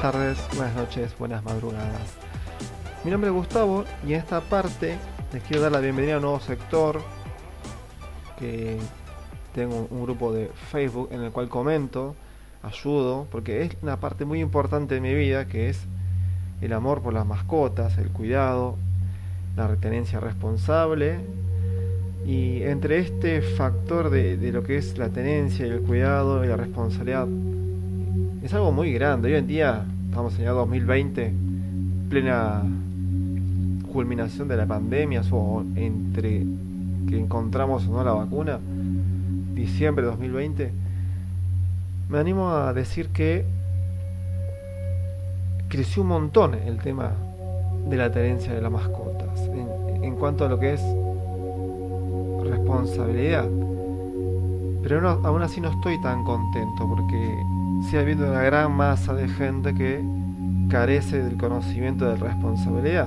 tardes, buenas noches, buenas madrugadas. Mi nombre es Gustavo y en esta parte les quiero dar la bienvenida a un nuevo sector que tengo un grupo de Facebook en el cual comento, ayudo, porque es una parte muy importante de mi vida que es el amor por las mascotas, el cuidado, la retenencia responsable. Y entre este factor de lo que es la tenencia y el cuidado y la responsabilidad es algo muy grande. Hoy en día estamos en el año 2020, plena culminación de la pandemia, o entre que encontramos o no la vacuna, diciembre de 2020. Me animo a decir que creció un montón el tema de la tenencia de las mascotas en cuanto a lo que es responsabilidad, pero no, aún así no estoy tan contento porque sigue habiendo una gran masa de gente que carece del conocimiento de responsabilidad.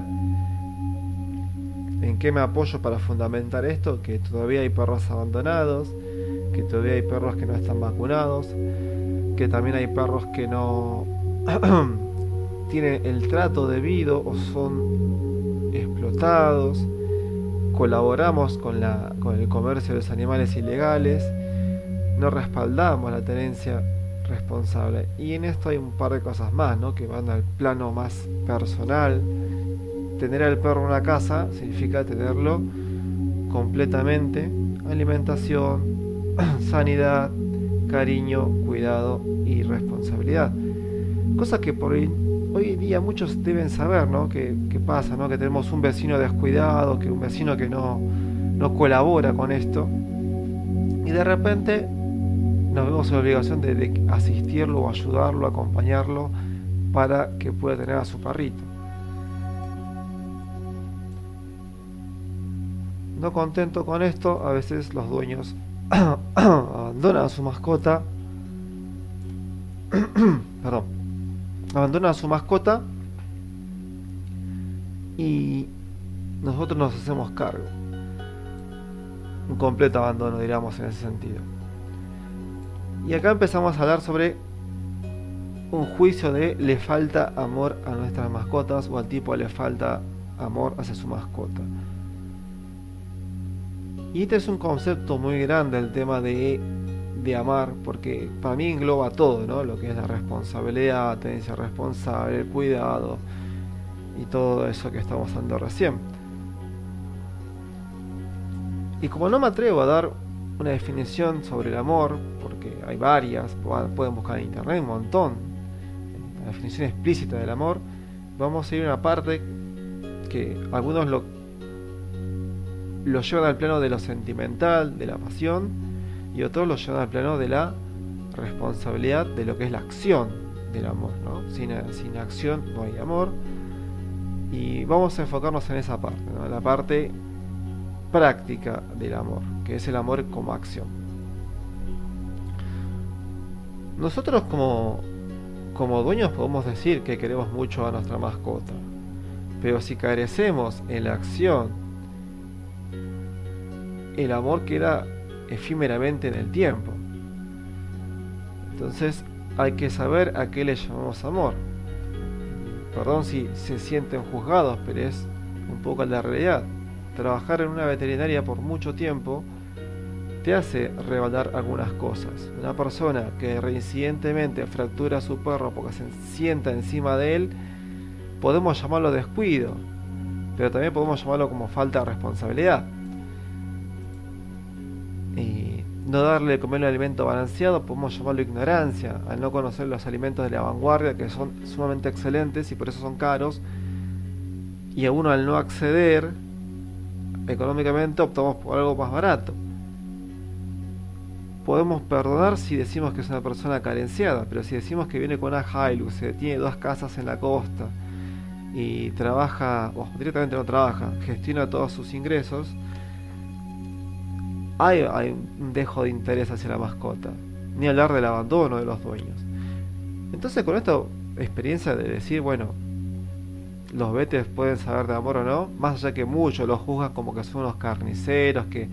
¿En qué me apoyo para fundamentar esto? Que todavía hay perros abandonados, que todavía hay perros que no están vacunados, que también hay perros que no tienen el trato debido o son explotados. Colaboramos con el comercio de los animales ilegales, no respaldamos la tenencia responsable. Y en esto hay un par de cosas más, ¿no?, que van al plano más personal. Tener al perro en una casa significa tenerlo completamente, alimentación, sanidad, cariño, cuidado y responsabilidad. Cosas que hoy día muchos deben saber, ¿no? ¿Qué pasa, ¿no? Que tenemos un vecino descuidado, que un vecino que no colabora con esto. Y de repente nos vemos en la obligación de asistirlo o ayudarlo, acompañarlo para que pueda tener a su perrito. No contento con esto, a veces los dueños abandonan a su mascota. Perdón. Abandonan a su mascota y nosotros nos hacemos cargo. Un completo abandono, diríamos, en ese sentido. Y acá empezamos a hablar sobre un juicio de le falta amor a nuestras mascotas o al tipo le falta amor hacia su mascota. Y este es un concepto muy grande, el tema de amar, porque para mí engloba todo, ¿no? Lo que es la responsabilidad, la tenencia responsable, el cuidado y todo eso que estamos hablando recién. Y como no me atrevo a dar una definición sobre el amor, porque hay varias, pueden buscar en internet un montón, la definición explícita del amor, vamos a ir a una parte que algunos lo llevan al plano de lo sentimental, de la pasión, y otros lo llevan al plano de la responsabilidad, de lo que es la acción del amor, ¿no? Sin acción no hay amor. Y vamos a enfocarnos en esa parte, ¿no? En la parte práctica del amor, que es el amor como acción. Nosotros como dueños podemos decir que queremos mucho a nuestra mascota, pero si carecemos en la acción, el amor queda efímeramente en el tiempo. Entonces hay que saber a qué le llamamos amor. Perdón si se sienten juzgados, pero es un poco la realidad. Trabajar en una veterinaria por mucho tiempo te hace revelar algunas cosas. Una persona que reincidentemente fractura a su perro porque se sienta encima de él, podemos llamarlo descuido, pero también podemos llamarlo como falta de responsabilidad. Y no darle de comer un alimento balanceado podemos llamarlo ignorancia, al no conocer los alimentos de la vanguardia, que son sumamente excelentes y por eso son caros, y a uno al no acceder económicamente optamos por algo más barato. Podemos perdonar si decimos que es una persona carenciada, pero si decimos que viene con una Hilux, tiene 2 casas en la costa y trabaja, o directamente no trabaja, gestiona todos sus ingresos, hay un dejo de interés hacia la mascota, ni hablar del abandono de los dueños. Entonces, con esta experiencia de decir, bueno, los vetes pueden saber de amor o no, más allá que muchos los juzgan como que son unos carniceros que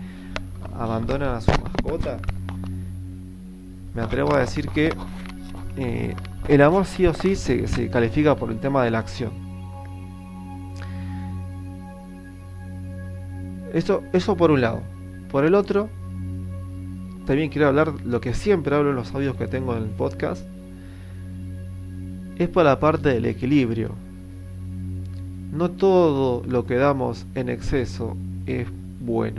abandonan a su mascota, me atrevo a decir que el amor sí o sí se califica por el tema de la acción. Eso por un lado. Por el otro, también quiero hablar lo que siempre hablo en los audios que tengo en el podcast. Es por la parte del equilibrio. No todo lo que damos en exceso es bueno.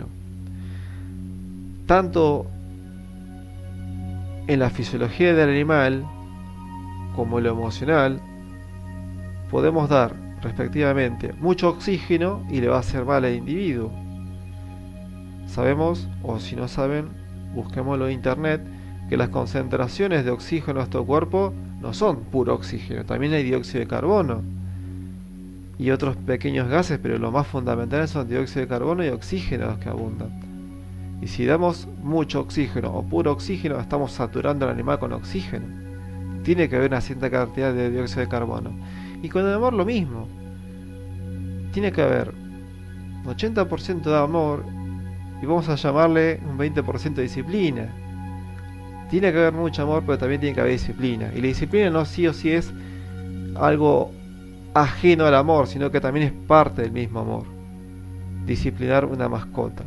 Tanto en la fisiología del animal como en lo emocional, podemos dar respectivamente mucho oxígeno y le va a hacer mal al individuo. Sabemos, o si no saben, busquémoslo en internet, que las concentraciones de oxígeno en nuestro cuerpo no son puro oxígeno, también hay dióxido de carbono y otros pequeños gases, pero lo más fundamental son dióxido de carbono y oxígeno los que abundan. Y si damos mucho oxígeno o puro oxígeno, estamos saturando al animal con oxígeno. Tiene que haber una cierta cantidad de dióxido de carbono. Y con el amor lo mismo. Tiene que haber un 80% de amor y vamos a llamarle un 20% de disciplina. Tiene que haber mucho amor, pero también tiene que haber disciplina. Y la disciplina no sí o sí es algo ajeno al amor, sino que también es parte del mismo amor. Disciplinar una mascota.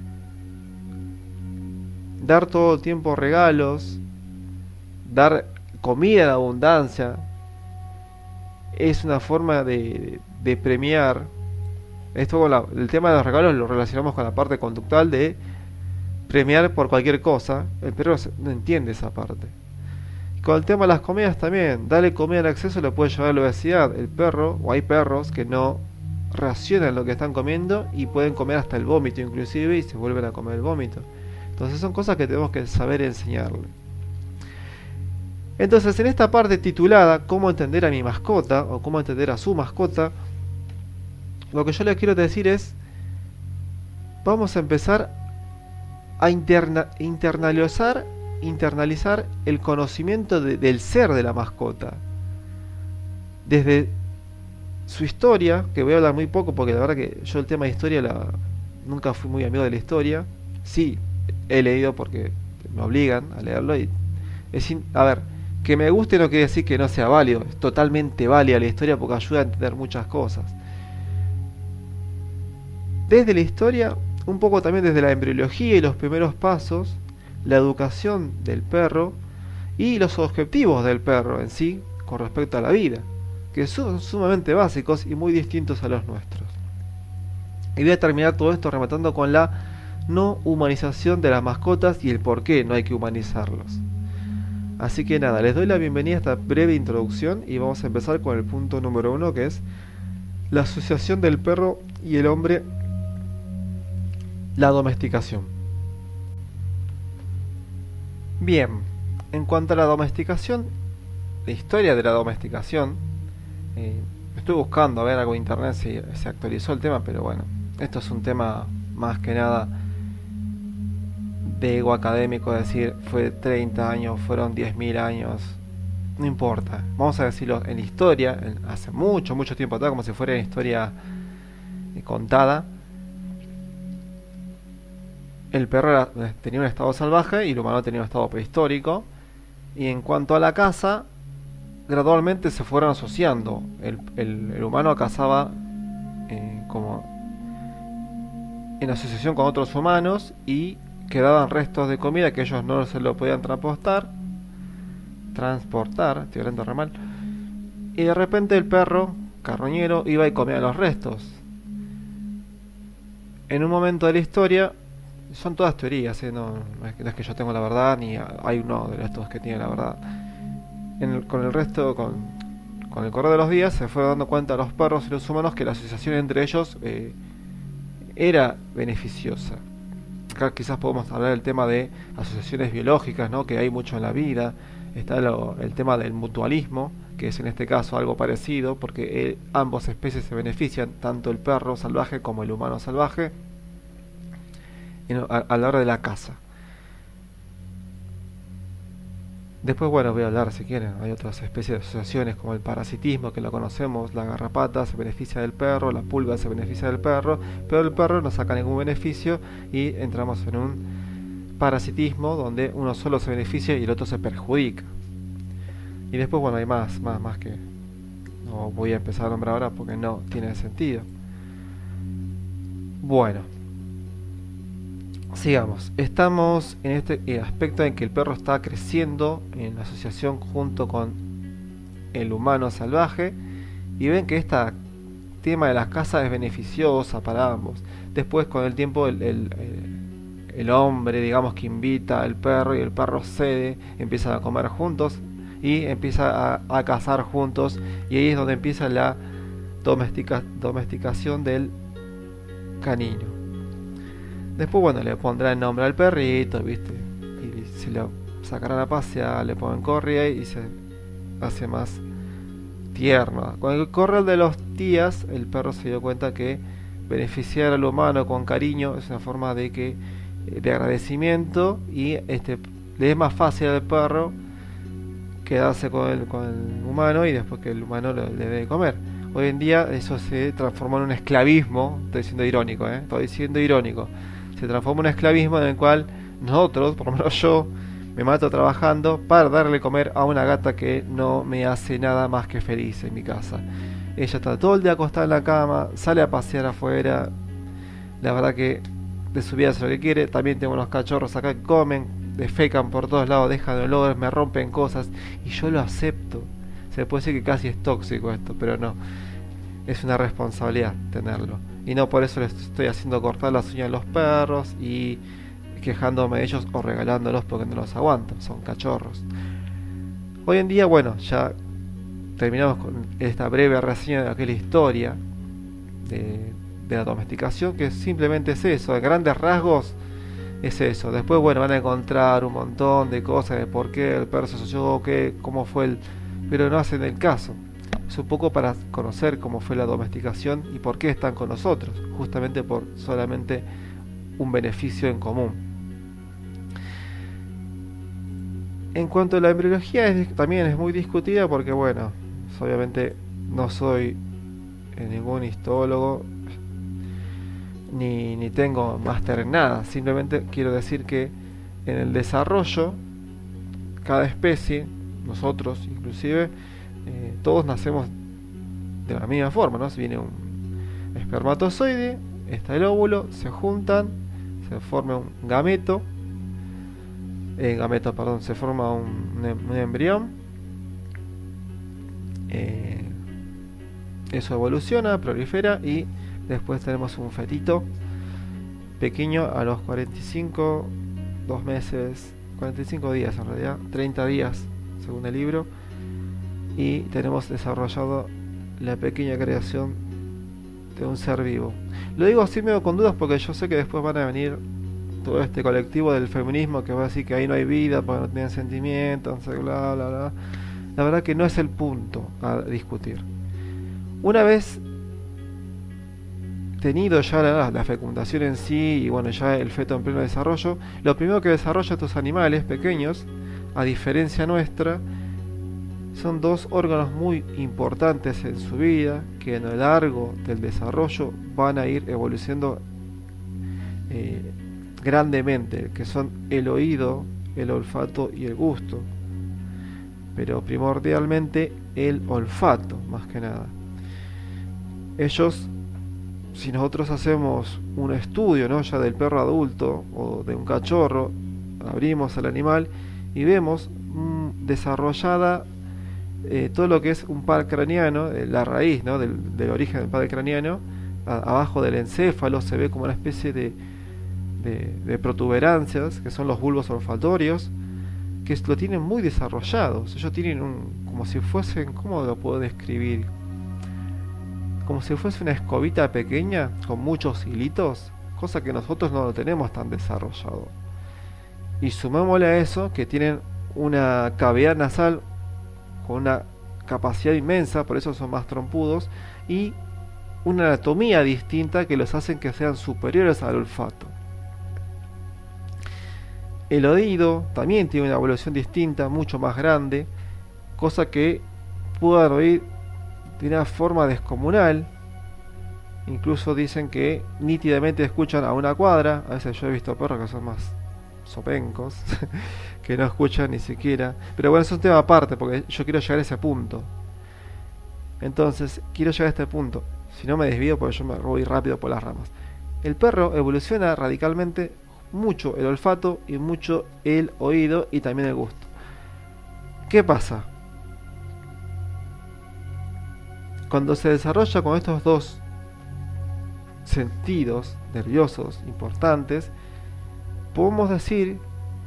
Dar todo el tiempo regalos, dar comida en abundancia, es una forma de premiar. Esto el tema de los regalos lo relacionamos con la parte conductual de premiar por cualquier cosa. El perro no entiende esa parte. Con el tema de las comidas también, darle comida en exceso le puede llevar a la obesidad. El perro, o hay perros que no racionan lo que están comiendo y pueden comer hasta el vómito inclusive y se vuelven a comer el vómito. Entonces son cosas que tenemos que saber enseñarle. Entonces en esta parte titulada ¿Cómo entender a mi mascota? O cómo entender a su mascota, lo que yo les quiero decir es, vamos a empezar a internalizar el conocimiento del ser de la mascota. Desde su historia, que voy a hablar muy poco porque la verdad que yo el tema de historia nunca fui muy amigo de la historia. Sí, he leído porque me obligan a leerlo y a ver, que me guste no quiere decir que no sea válido, es totalmente válida la historia porque ayuda a entender muchas cosas. Desde la historia, un poco también desde la embriología y los primeros pasos, la educación del perro y los objetivos del perro en sí con respecto a la vida, que son sumamente básicos y muy distintos a los nuestros. Y voy a terminar todo esto rematando con la no humanización de las mascotas y el por qué no hay que humanizarlos. Así que nada, les doy la bienvenida a esta breve introducción y vamos a empezar con el punto número 1, que es la asociación del perro y el hombre, la domesticación. Bien, en cuanto a la domesticación, la historia de la domesticación, estoy buscando a ver algo en internet si se actualizó el tema, pero bueno, esto es un tema más que nada de ego académico, es decir, fue 30 años, fueron 10.000 años, no importa, vamos a decirlo en historia, hace mucho tiempo atrás, como si fuera una historia contada. El perro tenía un estado salvaje y el humano tenía un estado prehistórico, y en cuanto a la caza, gradualmente se fueron asociando. El humano cazaba como en asociación con otros humanos y quedaban restos de comida que ellos no se lo podían transportar, estoy hablando re mal, y de repente el perro carroñero iba y comía los restos. En un momento de la historia, son todas teorías, no es que yo tengo la verdad, ni hay uno de estos que tiene la verdad. Con el correr de los días se fue dando cuenta a los perros y los humanos que la asociación entre ellos era beneficiosa. Acá quizás podemos hablar del tema de asociaciones biológicas, ¿no? Que hay mucho en la vida. Está el tema del mutualismo, que es en este caso algo parecido, porque ambas especies se benefician, tanto el perro salvaje como el humano salvaje, a la hora de la caza. Después, bueno, voy a hablar si quieren, hay otras especies de asociaciones como el parasitismo, que lo conocemos, la garrapata se beneficia del perro, la pulga se beneficia del perro, pero el perro no saca ningún beneficio y entramos en un parasitismo donde uno solo se beneficia y el otro se perjudica. Y después, bueno, hay más que no voy a empezar a nombrar ahora porque no tiene sentido. Bueno, sigamos. Estamos en este aspecto en que el perro está creciendo en asociación junto con el humano salvaje, y ven que este tema de las casas es beneficiosa para ambos. Después, con el tiempo, el hombre, digamos, que invita al perro y el perro cede, empiezan a comer juntos y empieza a cazar juntos, y ahí es donde empieza la domesticación del canino. Después, bueno, le pondrán nombre al perrito, ¿viste? Y se lo sacarán a pasear, le ponen correa y se hace más tierno. Con el correr de los días, el perro se dio cuenta que beneficiar al humano con cariño es una forma de agradecimiento, y le es más fácil al perro quedarse con el humano y después que el humano le dé de comer. Hoy en día eso se transformó en un esclavismo, estoy siendo irónico, estoy siendo irónico. Se transforma en un esclavismo en el cual nosotros, por lo menos yo, me mato trabajando para darle de comer a una gata que no me hace nada más que feliz en mi casa. Ella está todo el día acostada en la cama, sale a pasear afuera, la verdad que de su vida hace lo que quiere. También tengo unos cachorros acá que comen, defecan por todos lados, dejan olores, me rompen cosas, y yo lo acepto. Se puede decir que casi es tóxico esto, pero no. Es una responsabilidad tenerlo. Y no por eso les estoy haciendo cortar las uñas a los perros y quejándome de ellos o regalándolos porque no los aguanto. Son cachorros. Hoy en día, bueno, ya terminamos con esta breve reseña de aquella historia de la domesticación, que simplemente es eso, de grandes rasgos es eso. Después, bueno, van a encontrar un montón de cosas de por qué el perro se asociou, cómo fue pero no hacen el caso. Es un poco para conocer cómo fue la domesticación y por qué están con nosotros, justamente por solamente un beneficio en común. En cuanto a la embriología, también es muy discutida porque, bueno, obviamente no soy ningún histólogo ni tengo máster en nada. Simplemente quiero decir que en el desarrollo, cada especie, nosotros inclusive, todos nacemos de la misma forma, ¿no? Si viene un espermatozoide, está el óvulo, se juntan, se forma un gameto, se forma un embrión, eso evoluciona, prolifera y después tenemos un fetito pequeño a los 2 meses, 45 días en realidad, 30 días según el libro, y tenemos desarrollado la pequeña creación de un ser vivo. Lo digo así medio con dudas porque yo sé que después van a venir todo este colectivo del feminismo que va a decir que ahí no hay vida porque no tienen sentimientos, bla bla bla. La verdad que no es el punto a discutir. Una vez tenido ya la fecundación en sí y bueno, ya el feto en pleno desarrollo, lo primero que desarrolla estos animales pequeños, a diferencia nuestra, son 2 órganos muy importantes en su vida que a lo largo del desarrollo van a ir evolucionando grandemente, que son el oído, el olfato y el gusto, pero primordialmente el olfato más que nada. Ellos, si nosotros hacemos un estudio, ¿no?, ya del perro adulto o de un cachorro, abrimos al animal y vemos desarrollada todo lo que es un par craneano, la raíz, ¿no?, del origen del par craneano. Abajo del encéfalo se ve como una especie de protuberancias, que son los bulbos olfatorios, que lo tienen muy desarrollados. Ellos tienen como si fuesen, ¿cómo lo puedo describir? Como si fuese una escobita pequeña con muchos hilitos, cosa que nosotros no lo tenemos tan desarrollado. Y sumémosle a eso que tienen una cavidad nasal con una capacidad inmensa, por eso son más trompudos, y una anatomía distinta que los hacen que sean superiores al olfato. El oído también tiene una evolución distinta, mucho más grande, cosa que puedan oír de una forma descomunal. Incluso dicen que nítidamente escuchan a una cuadra. A veces yo he visto perros que son más sopencos, que no escuchan ni siquiera. Pero bueno, es un tema aparte, porque yo quiero llegar a ese punto. Entonces, quiero llegar a este punto. Si no me desvío, porque yo me voy rápido por las ramas. El perro evoluciona radicalmente mucho el olfato y mucho el oído y también el gusto. ¿Qué pasa? Cuando se desarrolla con estos dos sentidos nerviosos importantes, podemos decir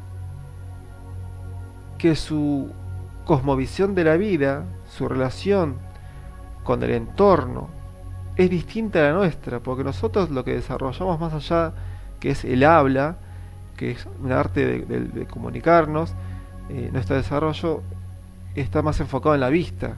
que su cosmovisión de la vida, su relación con el entorno, es distinta a la nuestra, porque nosotros lo que desarrollamos más allá, que es el habla, que es un arte de comunicarnos, nuestro desarrollo está más enfocado en la vista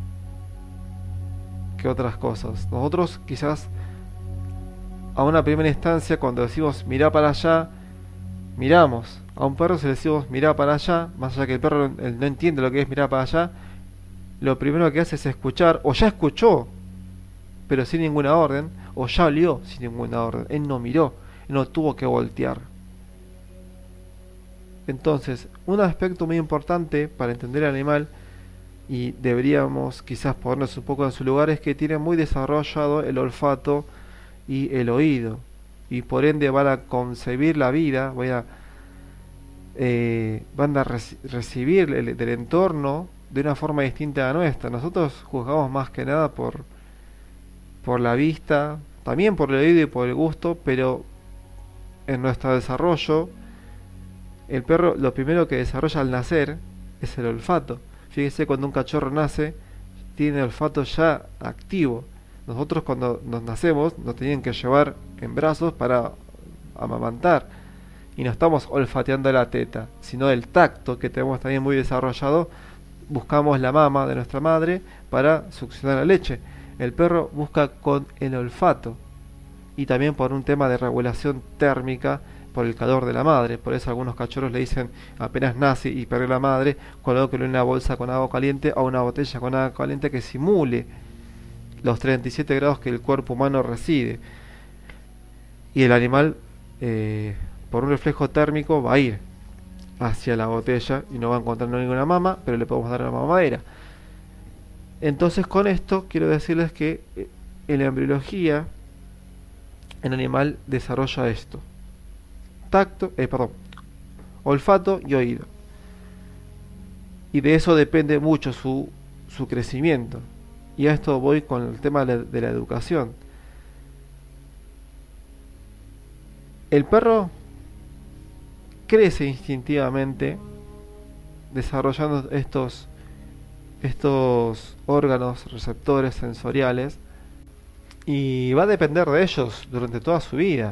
que otras cosas. Nosotros quizás a una primera instancia, cuando decimos mirá para allá, miramos. A un perro si le decimos mirá para allá, más allá que el perro él no entiende lo que es mirar para allá, lo primero que hace es escuchar, o ya escuchó, pero sin ninguna orden, o ya olió sin ninguna orden. Él no miró, no tuvo que voltear. Entonces, un aspecto muy importante para entender al animal, y deberíamos quizás ponernos un poco en su lugar, es que tiene muy desarrollado el olfato y el oído, y por ende van a concebir la vida, van a recibir del entorno de una forma distinta a la nuestra. Nosotros juzgamos más que nada por la vista, también por el oído y por el gusto, pero en nuestro desarrollo, el perro lo primero que desarrolla al nacer es el olfato. Fíjese, cuando un cachorro nace, tiene el olfato ya activo. Nosotros cuando nos nacemos nos tenían que llevar en brazos para amamantar. Y no estamos olfateando la teta, sino el tacto, que tenemos también muy desarrollado. Buscamos la mama de nuestra madre para succionar la leche. El perro busca con el olfato. Y también por un tema de regulación térmica, por el calor de la madre. Por eso algunos cachorros le dicen, apenas nace y perdió la madre, colóquenle una bolsa con agua caliente o una botella con agua caliente que simule los 37 grados que el cuerpo humano reside. Y el animal, por un reflejo térmico, va a ir hacia la botella y no va a encontrar ninguna mama, pero le podemos dar una mamadera. Entonces, con esto quiero decirles que en la embriología el animal desarrolla esto: olfato y oído. Y de eso depende mucho su crecimiento. Y a esto voy con el tema de la educación. El perro crece instintivamente desarrollando estos órganos receptores sensoriales, y va a depender de ellos durante toda su vida.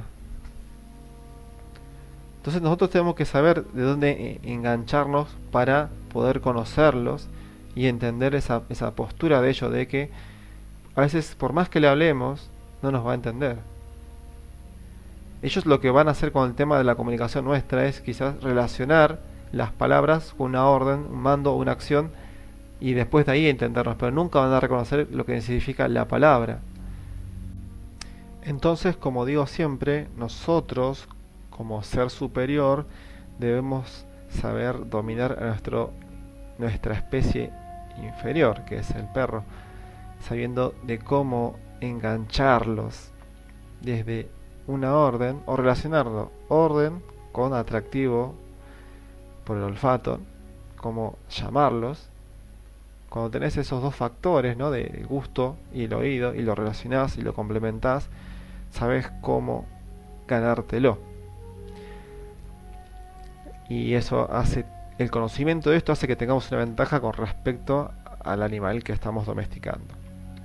Entonces nosotros tenemos que saber de dónde engancharnos para poder conocerlos y entender esa postura de ellos, de que a veces por más que le hablemos no nos va a entender. Ellos lo que van a hacer con el tema de la comunicación nuestra es quizás relacionar las palabras con una orden, un mando, una acción, y después de ahí entendernos, pero nunca van a reconocer lo que significa la palabra. Entonces, como digo siempre, nosotros como ser superior debemos saber dominar a nuestra especie inferior, que es el perro, sabiendo de cómo engancharlos desde una orden, o relacionarlo orden con atractivo por el olfato, cómo llamarlos. Cuando tenés esos dos factores, ¿no?, de gusto y el oído, y lo relacionás y lo complementás, sabes cómo ganártelo. Y eso hace, el conocimiento de esto hace que tengamos una ventaja con respecto al animal que estamos domesticando.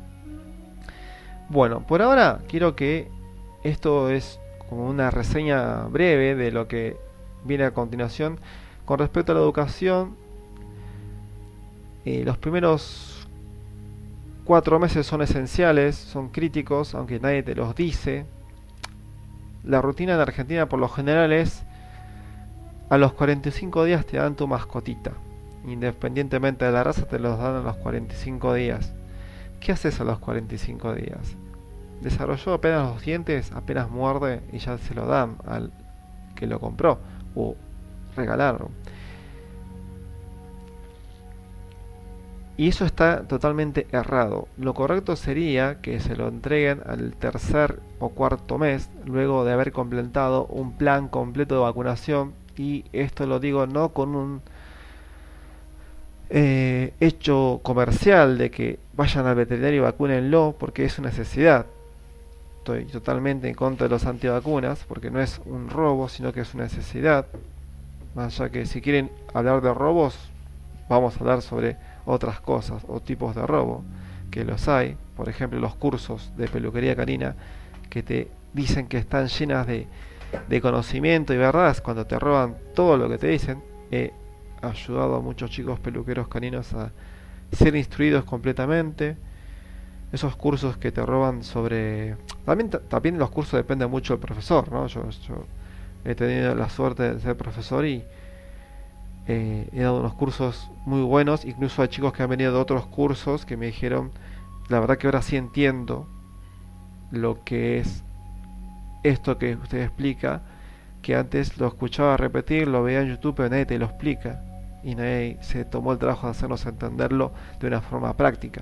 Bueno, por ahora quiero que esto es como una reseña breve de lo que viene a continuación con respecto a la educación. Los primeros 4 meses son esenciales, son críticos, aunque nadie te los dice. La rutina en Argentina por lo general es: a los 45 días te dan tu mascotita. Independientemente de la raza, te los dan a los 45 días. ¿Qué haces a los 45 días? Desarrolló apenas los dientes, apenas muerde y ya se lo dan al que lo compró. O regalar. Y eso está totalmente errado. Lo correcto sería que se lo entreguen al tercer o cuarto mes, luego de haber completado un plan completo de vacunación. Y esto lo digo no con un hecho comercial de que vayan al veterinario y vacúnenlo, porque es una necesidad. Estoy totalmente en contra de los antivacunas, porque no es un robo, sino que es una necesidad. Más allá que si quieren hablar de robos, vamos a hablar sobre otras cosas o tipos de robo, que los hay. Por ejemplo, los cursos de peluquería canina que te dicen que están llenas de conocimiento y verdad cuando te roban todo lo que te dicen. He ayudado a muchos chicos peluqueros caninos a ser instruidos completamente. Esos cursos que te roban sobre... También los cursos dependen mucho del profesor, ¿no? Yo he tenido la suerte de ser profesor y he dado unos cursos muy buenos. Incluso hay chicos que han venido de otros cursos que me dijeron, la verdad que ahora sí entiendo lo que es esto que usted explica, que antes lo escuchaba repetir, lo veía en YouTube, pero nadie te lo explica y nadie se tomó el trabajo de hacernos entenderlo de una forma práctica.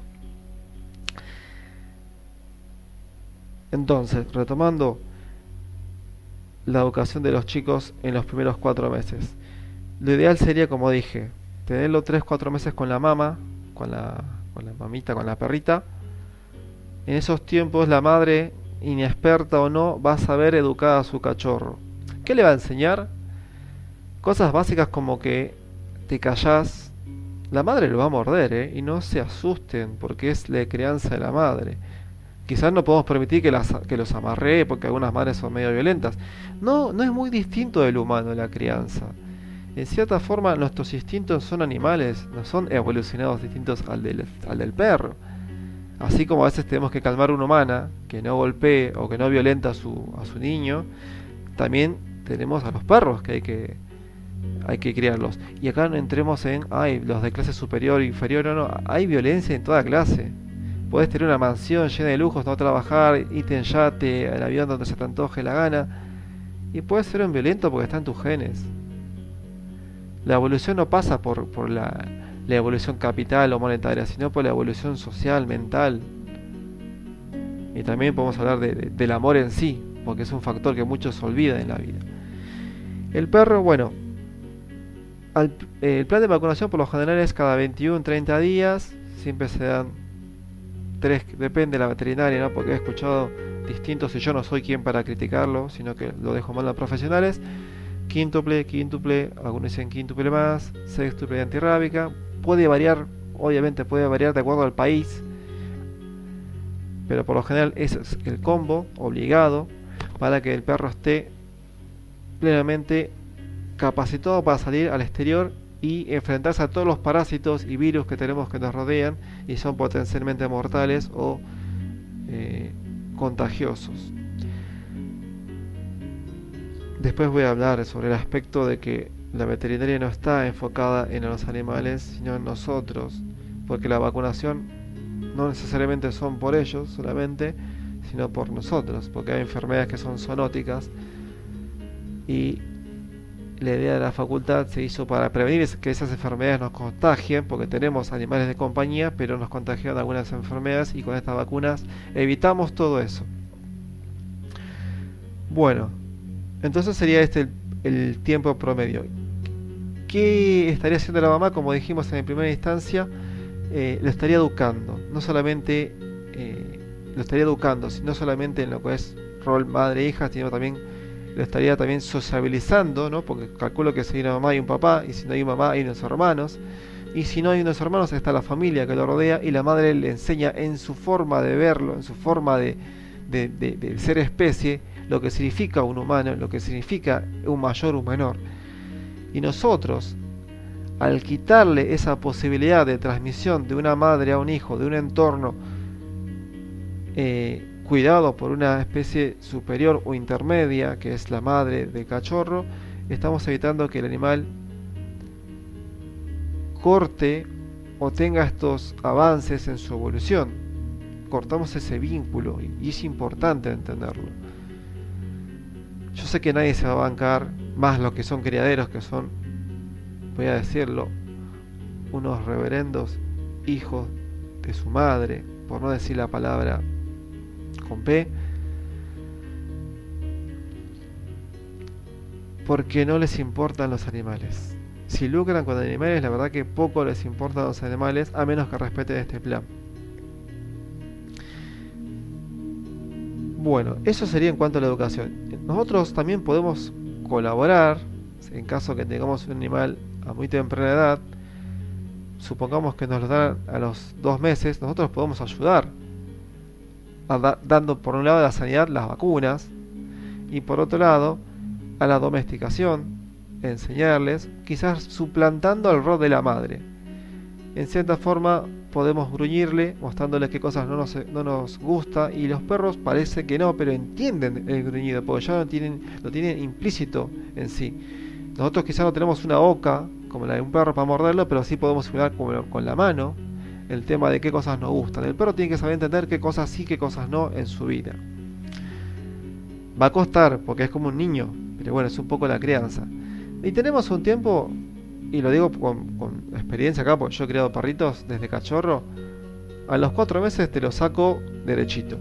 Entonces, retomando la educación de los chicos en los primeros 4 meses. Lo ideal sería, como dije, tenerlo 3-4 meses con la mama, con la mamita, con la perrita. En esos tiempos la madre, inexperta o no, va a saber educar a su cachorro. ¿Qué le va a enseñar? Cosas básicas como que te callás. La madre lo va a morder, y no se asusten porque es la crianza de la madre. Quizás no podemos permitir que los amarree porque algunas madres son medio violentas. No es muy distinto del humano la crianza. En cierta forma nuestros instintos son animales, no son evolucionados distintos al del perro. Así como a veces tenemos que calmar a una humana que no golpee o que no violenta a su niño, también tenemos a los perros que hay que criarlos. Y acá no entremos en los de clase superior, inferior, no, hay violencia en toda clase. Puedes tener una mansión llena de lujos, no trabajar, irte en yate, al avión donde se te antoje la gana, y puedes ser un violento porque está en tus genes. La evolución no pasa por la evolución capital o monetaria, sino por la evolución social, mental. Y también podemos hablar del amor en sí, porque es un factor que muchos olvidan en la vida. El perro, bueno, el plan de vacunación por lo general es cada 21-30 días, siempre se dan 3, depende de la veterinaria, ¿no? Porque he escuchado distintos y yo no soy quien para criticarlo, sino que lo dejo mal a profesionales. Quíntuple, algunos dicen quíntuple más, sextuple antirrábica. Puede variar, obviamente puede variar de acuerdo al país, pero por lo general ese es el combo obligado para que el perro esté plenamente capacitado para salir al exterior y enfrentarse a todos los parásitos y virus que tenemos que nos rodean y son potencialmente mortales o contagiosos. Después voy a hablar sobre el aspecto de que la veterinaria no está enfocada en los animales, sino en nosotros, porque la vacunación no necesariamente son por ellos solamente, sino por nosotros, porque hay enfermedades que son zoonóticas y la idea de la facultad se hizo para prevenir que esas enfermedades nos contagien, porque tenemos animales de compañía, pero nos contagian algunas enfermedades y con estas vacunas evitamos todo eso. Bueno, entonces sería este el tiempo promedio. ¿Qué estaría haciendo la mamá? Como dijimos en primera instancia, lo estaría educando, no solamente no solamente en lo que es rol madre-hija, sino también lo estaría también sociabilizando, ¿no? Porque calculo que si hay una mamá y un papá, y si no hay mamá hay unos hermanos, y si no hay unos hermanos está la familia que lo rodea, y la madre le enseña en su forma de verlo, en su forma de ser especie, lo que significa un humano, lo que significa un mayor, un menor. Y nosotros, al quitarle esa posibilidad de transmisión de una madre a un hijo, de un entorno cuidado por una especie superior o intermedia, que es la madre del cachorro, estamos evitando que el animal corte o tenga estos avances en su evolución. Cortamos ese vínculo y es importante entenderlo. Yo sé que nadie se va a bancar más los que son criaderos, que son, voy a decirlo, unos reverendos hijos de su madre, por no decir la palabra con P, porque no les importan los animales. Si lucran con animales, la verdad que poco les importan los animales, a menos que respeten este plan. Bueno, eso sería en cuanto a la educación. Nosotros también podemos colaborar, en caso que tengamos un animal a muy temprana edad. Supongamos que nos lo dan a los 2 meses, nosotros podemos ayudar dando por un lado a la sanidad las vacunas y por otro lado a la domesticación, enseñarles, quizás suplantando el rol de la madre. En cierta forma podemos gruñirle, mostrándoles qué cosas no nos gusta, y los perros parece que no, pero entienden el gruñido, porque ya lo tienen implícito en sí. Nosotros quizás no tenemos una boca como la de un perro para morderlo, pero sí podemos simular con la mano el tema de qué cosas nos gustan. El perro tiene que saber entender qué cosas sí, qué cosas no en su vida. Va a costar, porque es como un niño, pero bueno, es un poco la crianza. Y tenemos un tiempo, y lo digo con experiencia acá, porque yo he criado perritos desde cachorro. A los 4 meses te lo saco derechito.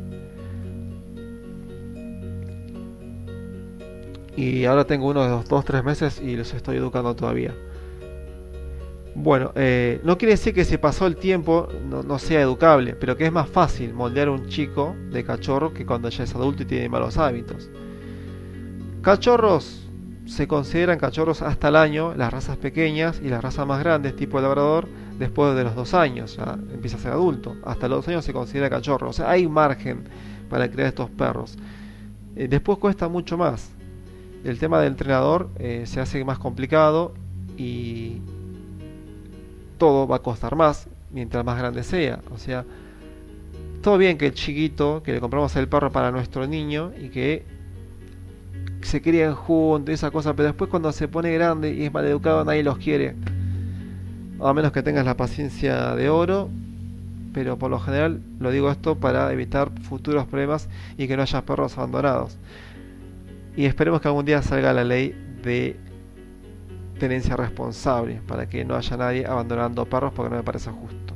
Y ahora tengo uno de los 2-3 meses y los estoy educando todavía. Bueno, no quiere decir que si pasó el tiempo no sea educable, pero que es más fácil moldear a un chico de cachorro que cuando ya es adulto y tiene malos hábitos. Cachorros se consideran cachorros hasta el año, las razas pequeñas, y las razas más grandes, tipo el labrador, después de los 2 años, ya empieza a ser adulto. Hasta los 2 años se considera cachorro, o sea, hay un margen para crear estos perros. Después cuesta mucho más. El tema del entrenador se hace más complicado y todo va a costar más mientras más grande sea. O sea, todo bien que el chiquito, que le compramos el perro para nuestro niño y que se crían juntos y esa cosa, pero después cuando se pone grande y es mal educado nadie los quiere, a menos que tengas la paciencia de oro. Pero por lo general lo digo esto para evitar futuros problemas y que no haya perros abandonados. Y esperemos que algún día salga la ley de tenencia responsable para que no haya nadie abandonando perros, porque no me parece justo.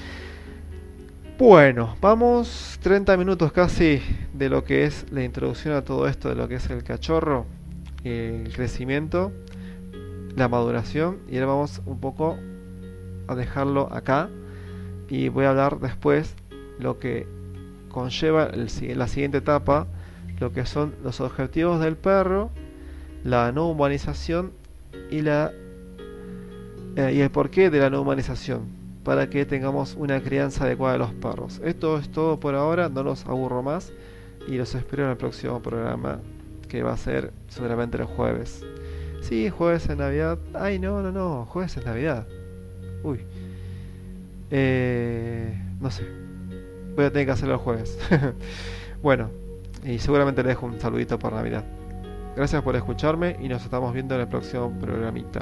Bueno, vamos 30 minutos casi de lo que es la introducción a todo esto, de lo que es el cachorro, el crecimiento, la maduración, y ahora vamos un poco a dejarlo acá y voy a hablar después lo que conlleva la siguiente etapa, lo que son los objetivos del perro, la no humanización y el porqué de la no humanización, para que tengamos una crianza adecuada de los perros. Esto es todo por ahora, no los aburro más y los espero en el próximo programa, que va a ser seguramente el jueves. Sí, jueves en Navidad. Ay, no, jueves en Navidad. Uy. No sé. Voy a tener que hacerlo el jueves. Bueno, y seguramente le dejo un saludito por Navidad. Gracias por escucharme y nos estamos viendo en el próximo programita.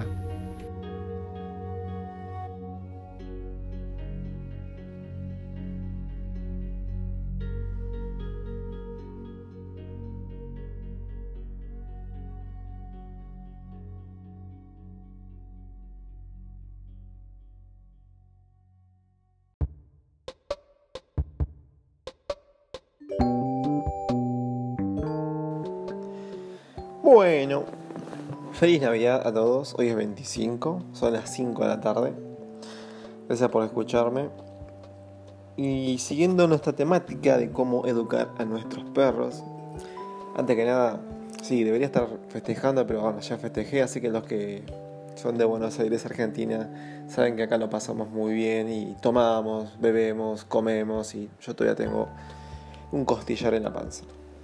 Bueno, feliz Navidad a todos. Hoy es 25, son las 5 de la tarde. Gracias por escucharme. Y siguiendo nuestra temática de cómo educar a nuestros perros, antes que nada, sí, debería estar festejando, pero bueno, ya festejé, así que los que son de Buenos Aires, Argentina, saben que acá lo pasamos muy bien y tomamos, bebemos, comemos, y yo todavía tengo un costillar en la panza.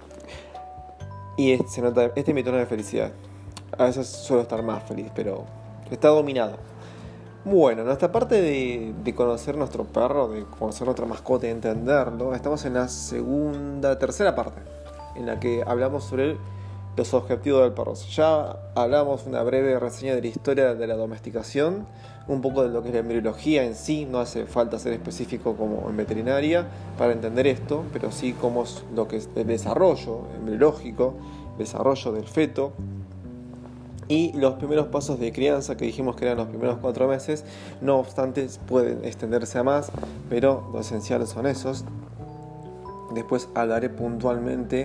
Y se nota, este es mi tono de felicidad. A veces suelo estar más feliz, pero está dominado. Bueno, nuestra parte de conocer nuestro perro, de conocer nuestra mascota y entenderlo, estamos en la tercera parte, en la que hablamos sobre los objetivos del perro. Ya hablamos una breve reseña de la historia de la domesticación, un poco de lo que es la embriología en sí. No hace falta ser específico como en veterinaria para entender esto, pero sí cómo es lo que es el desarrollo embriológico, desarrollo del feto, Y los primeros pasos de crianza, que dijimos que eran los primeros 4 meses, no obstante pueden extenderse a más, pero lo esencial son esos. Después hablaré puntualmente.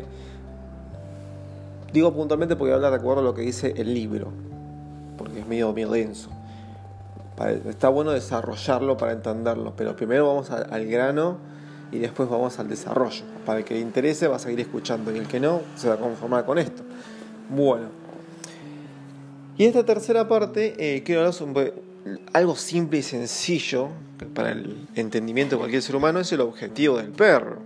Digo puntualmente porque voy a hablar de acuerdo a lo que dice el libro, porque es medio denso. Está bueno desarrollarlo para entenderlo, pero primero vamos al grano y después vamos al desarrollo. Para el que le interese va a seguir escuchando y el que no se va a conformar con esto. Bueno. Y esta tercera parte quiero hablar sobre algo simple y sencillo para el entendimiento de cualquier ser humano, es el objetivo del perro.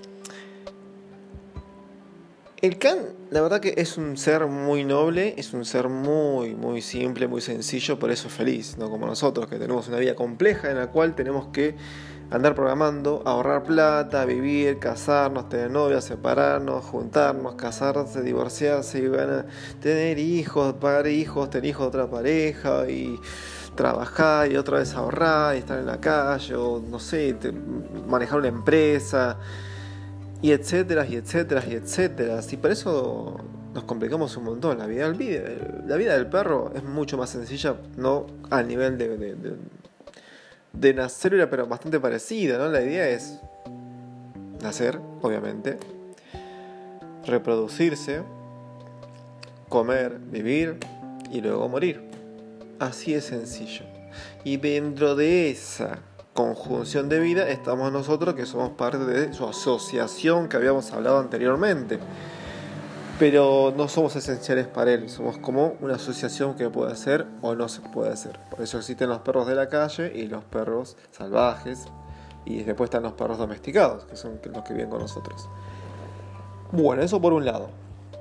El can, la verdad que es un ser muy noble, es un ser muy, muy simple, muy sencillo, por eso es feliz, no como nosotros que tenemos una vida compleja en la cual tenemos que andar programando, ahorrar plata, vivir, casarnos, tener novia, separarnos, juntarnos, casarse, divorciarse, y van a tener hijos, pagar hijos, tener hijos de otra pareja y trabajar y otra vez ahorrar y estar en la calle o no sé, manejar una empresa y etcétera, y etcétera, y etcétera. Y por eso nos complicamos un montón. La vida del perro es mucho más sencilla, no al nivel de nacer, pero bastante parecida, ¿no? La idea es nacer, obviamente, reproducirse, comer, vivir y luego morir. Así es sencillo. Y dentro de esa conjunción de vida estamos nosotros, que somos parte de su asociación que habíamos hablado anteriormente. Pero no somos esenciales para él, somos como una asociación que puede hacer o no se puede hacer. Por eso existen los perros de la calle y los perros salvajes, y después están los perros domesticados, que son los que viven con nosotros. Bueno, eso por un lado.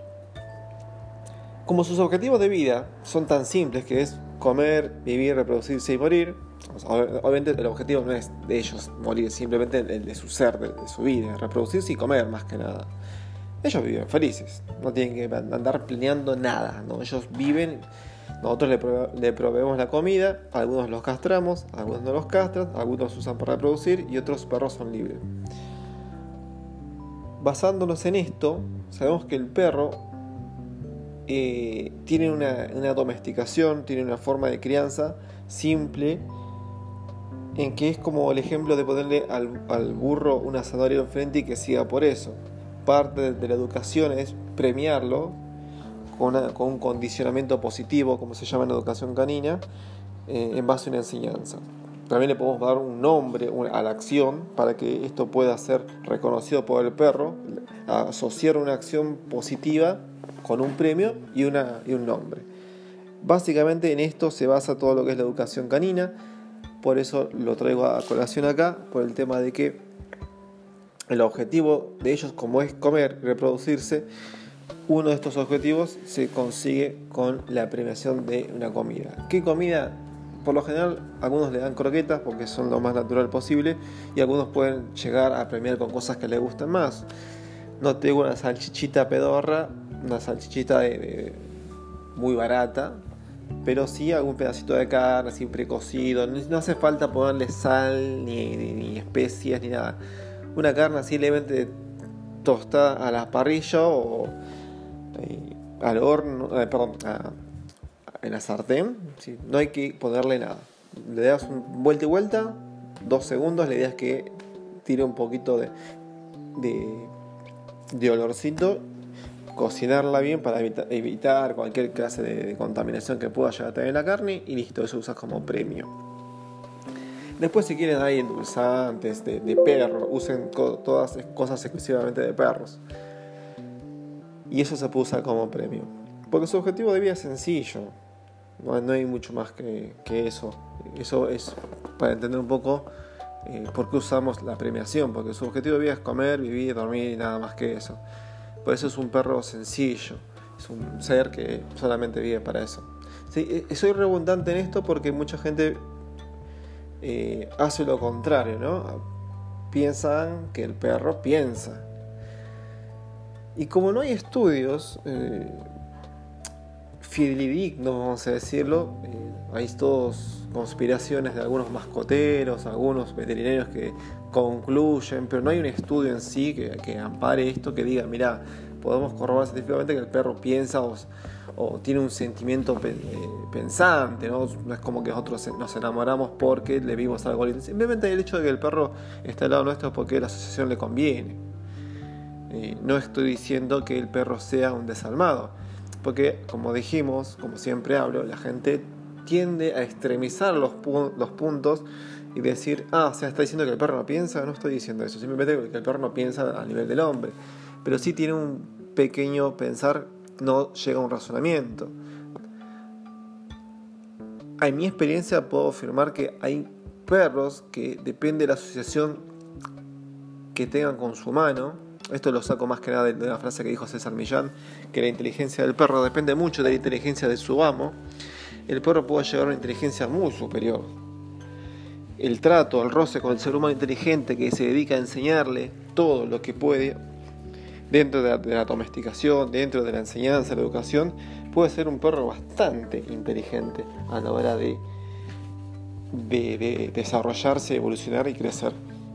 Como sus objetivos de vida son tan simples, que es comer, vivir, reproducirse y morir, obviamente el objetivo no es de ellos morir, simplemente el de su ser, de su vida, reproducirse y comer más que nada. Ellos viven felices, no tienen que andar planeando nada, ¿no? Ellos viven, nosotros le proveemos la comida, algunos los castramos, algunos no los castran, algunos los usan para reproducir y otros perros son libres. Basándonos en esto, sabemos que el perro tiene una domesticación, tiene una forma de crianza simple, en que es como el ejemplo de ponerle al burro una zanahoria enfrente y que siga por eso. Parte de la educación es premiarlo con un condicionamiento positivo, como se llama en educación canina, en base a una enseñanza. También le podemos dar un nombre a la acción para que esto pueda ser reconocido por el perro, asociar una acción positiva con un premio y un nombre. Básicamente en esto se basa todo lo que es la educación canina, por eso lo traigo a colación acá, por el tema de que el objetivo de ellos, como es comer y reproducirse, uno de estos objetivos se consigue con la premiación de una comida. ¿Qué comida? Por lo general, algunos le dan croquetas porque son lo más natural posible, y algunos pueden llegar a premiar con cosas que les gustan más. No te digo una salchichita pedorra, una salchichita muy barata, pero sí algún pedacito de carne así precocido. No hace falta ponerle sal ni especias ni nada. Una carne así levemente tostada a la parrilla o al horno, en la sartén, ¿sí? No hay que ponerle nada. Le das un vuelta y vuelta, 2 segundos, la idea es que tire un poquito de olorcito, cocinarla bien para evitar cualquier clase de contaminación que pueda llegar a tener la carne, y listo, eso usas como premio. Después, si quieren, hay endulzantes de perro, usen todas cosas exclusivamente de perros. Y eso se puede usar como premio. Porque su objetivo de vida es sencillo. No hay mucho más que eso. Eso es para entender un poco por qué usamos la premiación. Porque su objetivo de vida es comer, vivir, dormir y nada más que eso. Por eso es un perro sencillo. Es un ser que solamente vive para eso. Sí, soy redundante en esto porque mucha gente hace lo contrario, ¿no? Piensan que el perro piensa. Y como no hay estudios fidedignos, vamos a decirlo, hay todas conspiraciones de algunos mascoteros, algunos veterinarios que concluyen, pero no hay un estudio en sí que ampare esto, que diga, mirá, podemos corroborar científicamente que el perro piensa o tiene un sentimiento pensante, ¿no? No es como que nosotros nos enamoramos porque le vimos algo lindo. Simplemente el hecho de que el perro está al lado nuestro es porque la asociación le conviene. No estoy diciendo que el perro sea un desalmado, porque como dijimos, como siempre hablo, la gente tiende a extremizar los puntos y decir, o sea, está diciendo que el perro no piensa. No estoy diciendo eso, simplemente que el perro no piensa a nivel del hombre, pero sí tiene un pequeño pensar, no llega a un razonamiento. En mi experiencia puedo afirmar que hay perros que depende de la asociación que tengan con su humano. Esto lo saco más que nada de una frase que dijo César Millán, que la inteligencia del perro depende mucho de la inteligencia de su amo. El perro puede llegar a una inteligencia muy superior. El trato, el roce con el ser humano inteligente que se dedica a enseñarle todo lo que puede dentro de la domesticación, dentro de la enseñanza, la educación, puede ser un perro bastante inteligente a la hora de desarrollarse, evolucionar y crecer.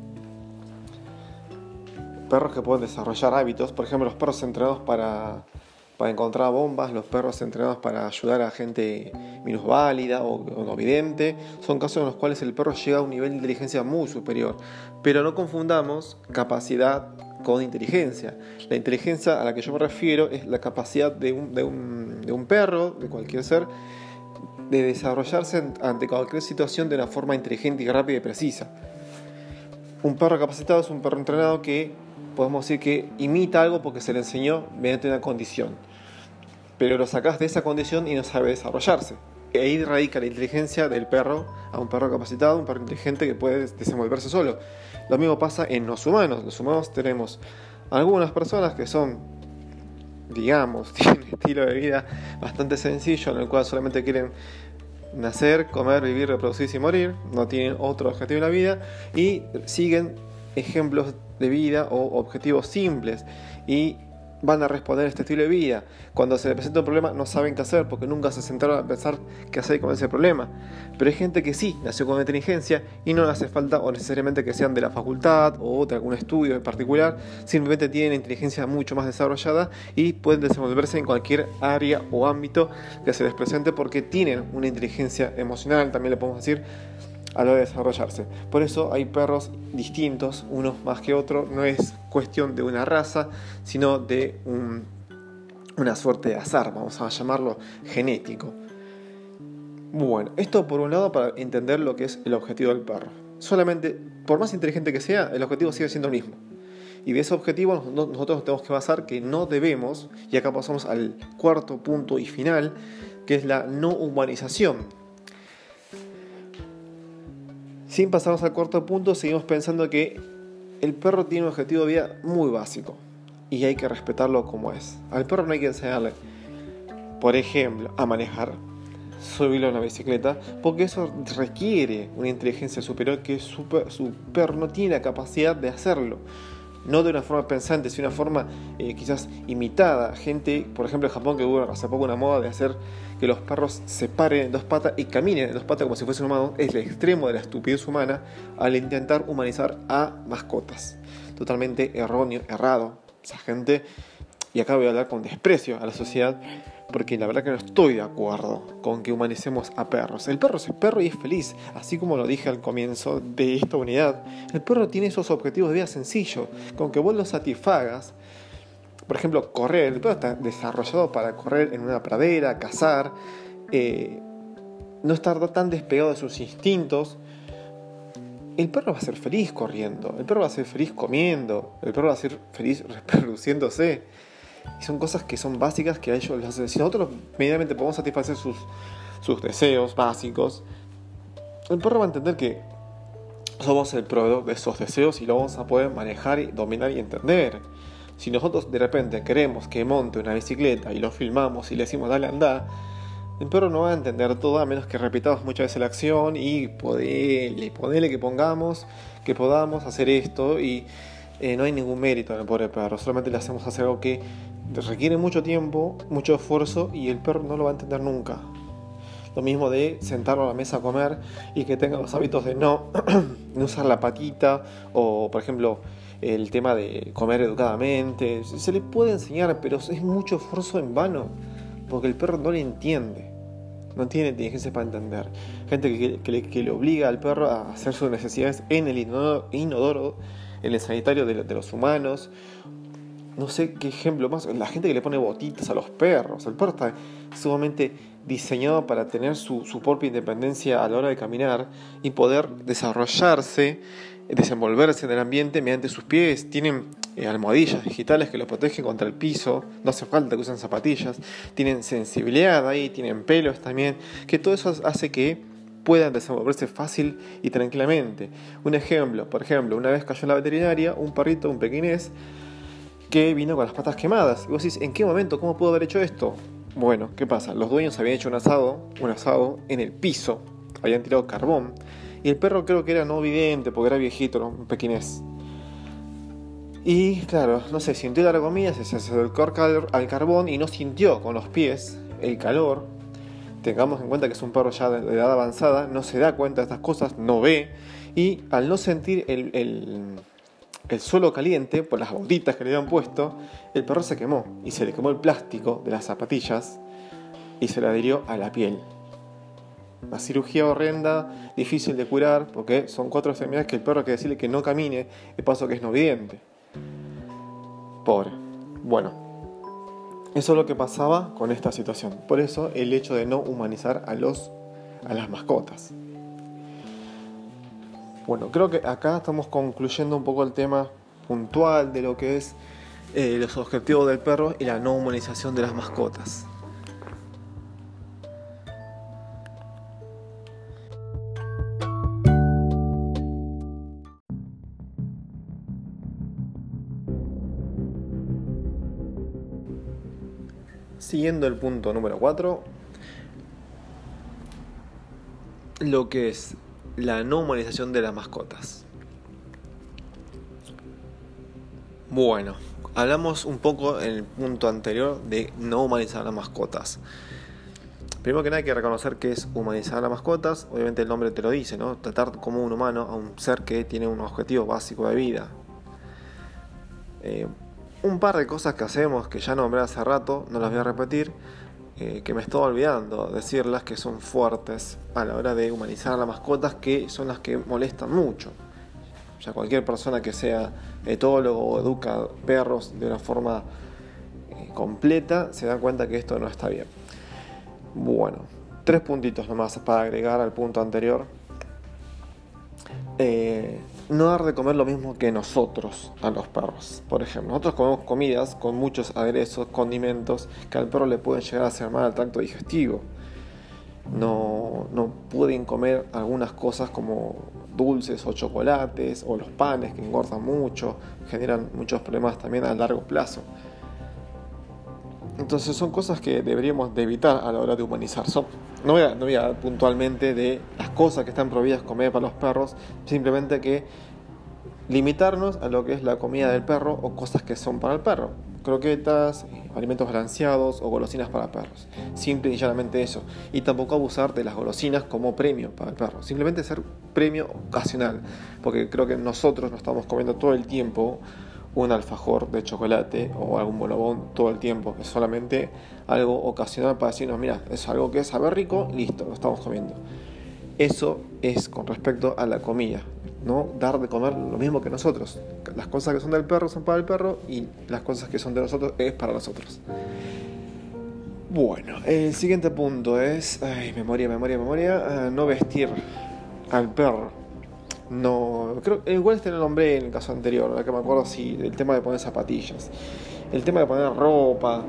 Perros que pueden desarrollar hábitos, por ejemplo, los perros entrenados para encontrar bombas, los perros entrenados para ayudar a gente minusválida o no vidente, son casos en los cuales el perro llega a un nivel de inteligencia muy superior. Pero no confundamos capacidad con inteligencia. La inteligencia a la que yo me refiero es la capacidad de un perro, de cualquier ser, de desarrollarse ante cualquier situación de una forma inteligente y rápida y precisa. Un perro capacitado es un perro entrenado que podemos decir que imita algo porque se le enseñó mediante una condición, pero lo sacás de esa condición y no sabe desarrollarse. Y ahí radica la inteligencia del perro a un perro capacitado, un perro inteligente que puede desenvolverse solo. Lo mismo pasa en los humanos. Los humanos tenemos algunas personas que son, digamos, tienen un estilo de vida bastante sencillo, en el cual solamente quieren nacer, comer, vivir, reproducirse y morir, no tienen otro objetivo en la vida y siguen ejemplos de vida o objetivos simples y van a responder a este estilo de vida. Cuando se les presenta un problema no saben qué hacer porque nunca se sentaron a pensar qué hacer con ese problema. Pero hay gente que sí nació con inteligencia y no le hace falta o necesariamente que sean de la facultad o de algún estudio en particular, simplemente tienen inteligencia mucho más desarrollada y pueden desenvolverse en cualquier área o ámbito que se les presente porque tienen una inteligencia emocional, también le podemos decir, a la hora de desarrollarse. Por eso hay perros distintos, unos más que otros. No es cuestión de una raza, sino de una suerte de azar, vamos a llamarlo genético. Bueno, esto por un lado para entender lo que es el objetivo del perro. Solamente, por más inteligente que sea, el objetivo sigue siendo el mismo. Y de ese objetivo nosotros tenemos que basar que no debemos, y acá pasamos al cuarto punto y final, que es la no humanización. Sin pasarnos al cuarto punto, seguimos pensando que el perro tiene un objetivo de vida muy básico y hay que respetarlo como es. Al perro no hay que enseñarle, por ejemplo, a manejar, subirlo a una bicicleta, porque eso requiere una inteligencia superior que su perro no tiene la capacidad de hacerlo. No de una forma pensante, sino de una forma quizás imitada. Gente, por ejemplo en Japón, que hubo hace poco una moda de hacer que los perros se paren en dos patas y caminen en dos patas como si fuesen humanos, es el extremo de la estupidez humana al intentar humanizar a mascotas. Totalmente erróneo, errado. Esa gente, y acá voy a hablar con desprecio a la sociedad, porque la verdad que no estoy de acuerdo con que humanicemos a perros. El perro es perro y es feliz, así como lo dije al comienzo de esta unidad. El perro tiene esos objetivos de vida sencillos, con que vos los satisfagas. Por ejemplo, correr. El perro está desarrollado para correr en una pradera, cazar, no estar tan despegado de sus instintos. El perro va a ser feliz corriendo, el perro va a ser feliz comiendo, el perro va a ser feliz reproduciéndose. Y son cosas que son básicas que a ellos les hacen. Si nosotros medianamente podemos satisfacer sus deseos básicos, el perro va a entender que somos el proveedor de esos deseos y lo vamos a poder manejar, y dominar y entender. Si nosotros de repente queremos que monte una bicicleta y lo filmamos y le decimos dale anda, el perro no va a entender todo a menos que repitamos muchas veces la acción y ponerle que podamos hacer esto y no hay ningún mérito en el pobre perro, solamente le hacemos hacer algo que requiere mucho tiempo, mucho esfuerzo y el perro no lo va a entender nunca. Lo mismo de sentarlo a la mesa a comer y que tenga los hábitos de no usar la patita o, por ejemplo, el tema de comer educadamente. Se le puede enseñar, pero es mucho esfuerzo en vano. porque el perro no le entiende. No tiene inteligencia para entender. Gente que le obliga al perro a hacer sus necesidades en el inodoro, en el sanitario de los humanos. No sé qué ejemplo más. La gente que le pone botitas a los perros. El perro está sumamente diseñado para tener su propia independencia a la hora de caminar y poder desarrollarse, desenvolverse en el ambiente mediante sus pies. Tienen almohadillas digitales que los protegen contra el piso, no hace falta que usen zapatillas, tienen sensibilidad ahí, tienen pelos también, que todo eso hace que puedan desenvolverse fácil y tranquilamente. Un ejemplo, por ejemplo, una vez cayó en la veterinaria un perrito, un pequinés, que vino con las patas quemadas. Y vos decís, ¿en qué momento? ¿Cómo pudo haber hecho esto? Bueno, ¿qué pasa? Los dueños habían hecho un asado en el piso, habían tirado carbón, y el perro creo que era no vidente, porque era viejito, un pequinés. Y claro, no sé, sintió la comida, se acercó al carbón y no sintió con los pies el calor. Tengamos en cuenta que es un perro ya de edad avanzada, no se da cuenta de estas cosas, no ve, y al no sentir el suelo caliente por las botitas que le habían puesto, el perro se quemó y se le quemó el plástico de las zapatillas y se le adhirió a la piel. Una cirugía horrenda, difícil de curar, porque son 4 enfermedades que el perro hay que decirle que no camine, de paso que es no vidente. Pobre. Bueno, eso es lo que pasaba con esta situación. Por eso el hecho de no humanizar a las mascotas. Bueno, creo que acá estamos concluyendo un poco el tema puntual de lo que es los objetivos del perro y la no humanización de las mascotas. Siguiendo el punto número 4, lo que es la no humanización de las mascotas. Bueno, hablamos un poco en el punto anterior de no humanizar a las mascotas. Primero que nada hay que reconocer que es humanizar a las mascotas. Obviamente el nombre te lo dice, ¿no? Tratar como un humano a un ser que tiene un objetivo básico de vida. Un par de cosas que hacemos, que ya nombré hace rato, no las voy a repetir, que me estoy olvidando decirlas, que son fuertes a la hora de humanizar a las mascotas, que son las que molestan mucho. O sea, cualquier persona que sea etólogo o educa perros de una forma completa se da cuenta que esto no está bien. Bueno, 3 puntitos nomás para agregar al punto anterior. No dar de comer lo mismo que nosotros a los perros. Por ejemplo, nosotros comemos comidas con muchos aderezos, condimentos, que al perro le pueden llegar a hacer mal al tracto digestivo. No pueden comer algunas cosas como dulces o chocolates, o los panes que engordan mucho, generan muchos problemas también a largo plazo. Entonces son cosas que deberíamos de evitar a la hora de humanizar. No voy a hablar puntualmente de las cosas que están prohibidas comer para los perros, simplemente que limitarnos a lo que es la comida del perro o cosas que son para el perro. Croquetas, alimentos balanceados o golosinas para perros. Simple y llanamente eso. Y tampoco abusar de las golosinas como premio para el perro. Simplemente ser premio ocasional. Porque creo que nosotros nos estamos comiendo todo el tiempo un alfajor de chocolate o algún bonobón todo el tiempo. Es solamente algo ocasional para decirnos, mira, es algo que sabe rico, listo, lo estamos comiendo. Eso es con respecto a la comida. No dar de comer lo mismo que nosotros. Las cosas que son del perro son para el perro y las cosas que son de nosotros es para nosotros. Bueno, el siguiente punto es memoria. No vestir al perro. No, creo igual este lo nombré en el caso anterior, ahora que me acuerdo, sí, el tema de poner zapatillas, el tema de poner ropa.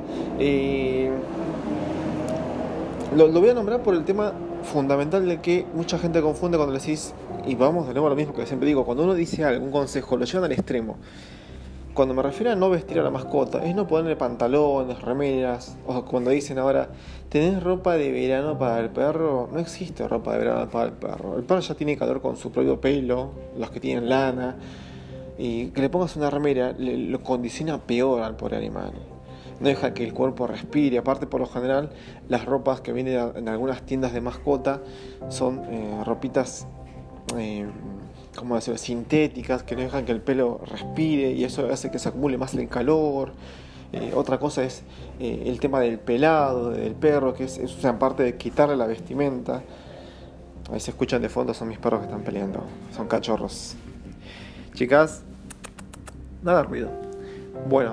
Lo voy a nombrar por el tema fundamental de que mucha gente confunde cuando le decís, y vamos de nuevo a lo mismo que siempre digo, cuando uno dice algún consejo, lo llevan al extremo. Cuando me refiero a no vestir a la mascota, es no ponerle pantalones, remeras, o cuando dicen ahora, ¿tenés ropa de verano para el perro? No existe ropa de verano para el perro. El perro ya tiene calor con su propio pelo, los que tienen lana, y que le pongas una remera lo condiciona peor al pobre animal. No deja que el cuerpo respire. Aparte, por lo general, las ropas que vienen en algunas tiendas de mascota son ropitas ¿cómo decirlo?, sintéticas, que no dejan que el pelo respire y eso hace que se acumule más el calor Otra cosa es el tema del pelado del perro, que es una parte de quitarle la vestimenta. Ahí se escuchan de fondo, son mis perros que están peleando, son cachorros. Chicas, nada de ruido. Bueno,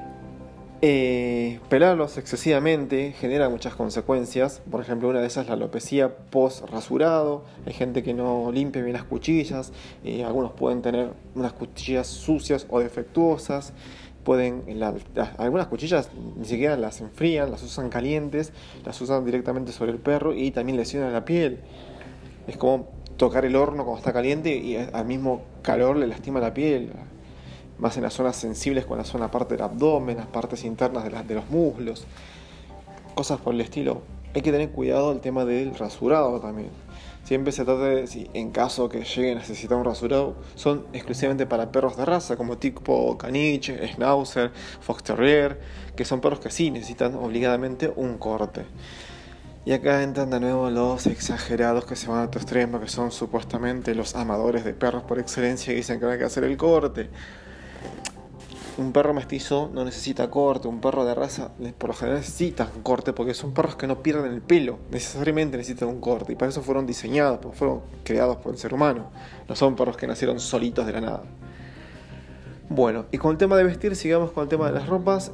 pelarlos excesivamente genera muchas consecuencias. Por ejemplo, una de esas es la alopecia post rasurado. Hay gente que no limpia bien las cuchillas. Algunos pueden tener unas cuchillas sucias o defectuosas. Algunas cuchillas ni siquiera las enfrían, las usan calientes, las usan directamente sobre el perro y también lesionan la piel. Es como tocar el horno cuando está caliente y al mismo calor le lastima la piel, más en las zonas sensibles, con la zona parte del abdomen, las partes internas de los muslos, cosas por el estilo. Hay que tener cuidado el tema del rasurado también. Siempre se trata de, si en caso que llegue a necesitar un rasurado, son exclusivamente para perros de raza, como tipo caniche, schnauzer, fox terrier, que son perros que sí necesitan obligadamente un corte. Y acá entran de nuevo los exagerados que se van a otro extremo, que son supuestamente los amadores de perros por excelencia, que dicen que no hay que hacer el corte. Un perro mestizo no necesita corte, un perro de raza por lo general necesita un corte, porque son perros que no pierden el pelo, necesariamente necesitan un corte, y para eso fueron diseñados, porque fueron creados por el ser humano, no son perros que nacieron solitos de la nada. Bueno, y con el tema de vestir, sigamos con el tema de las ropas.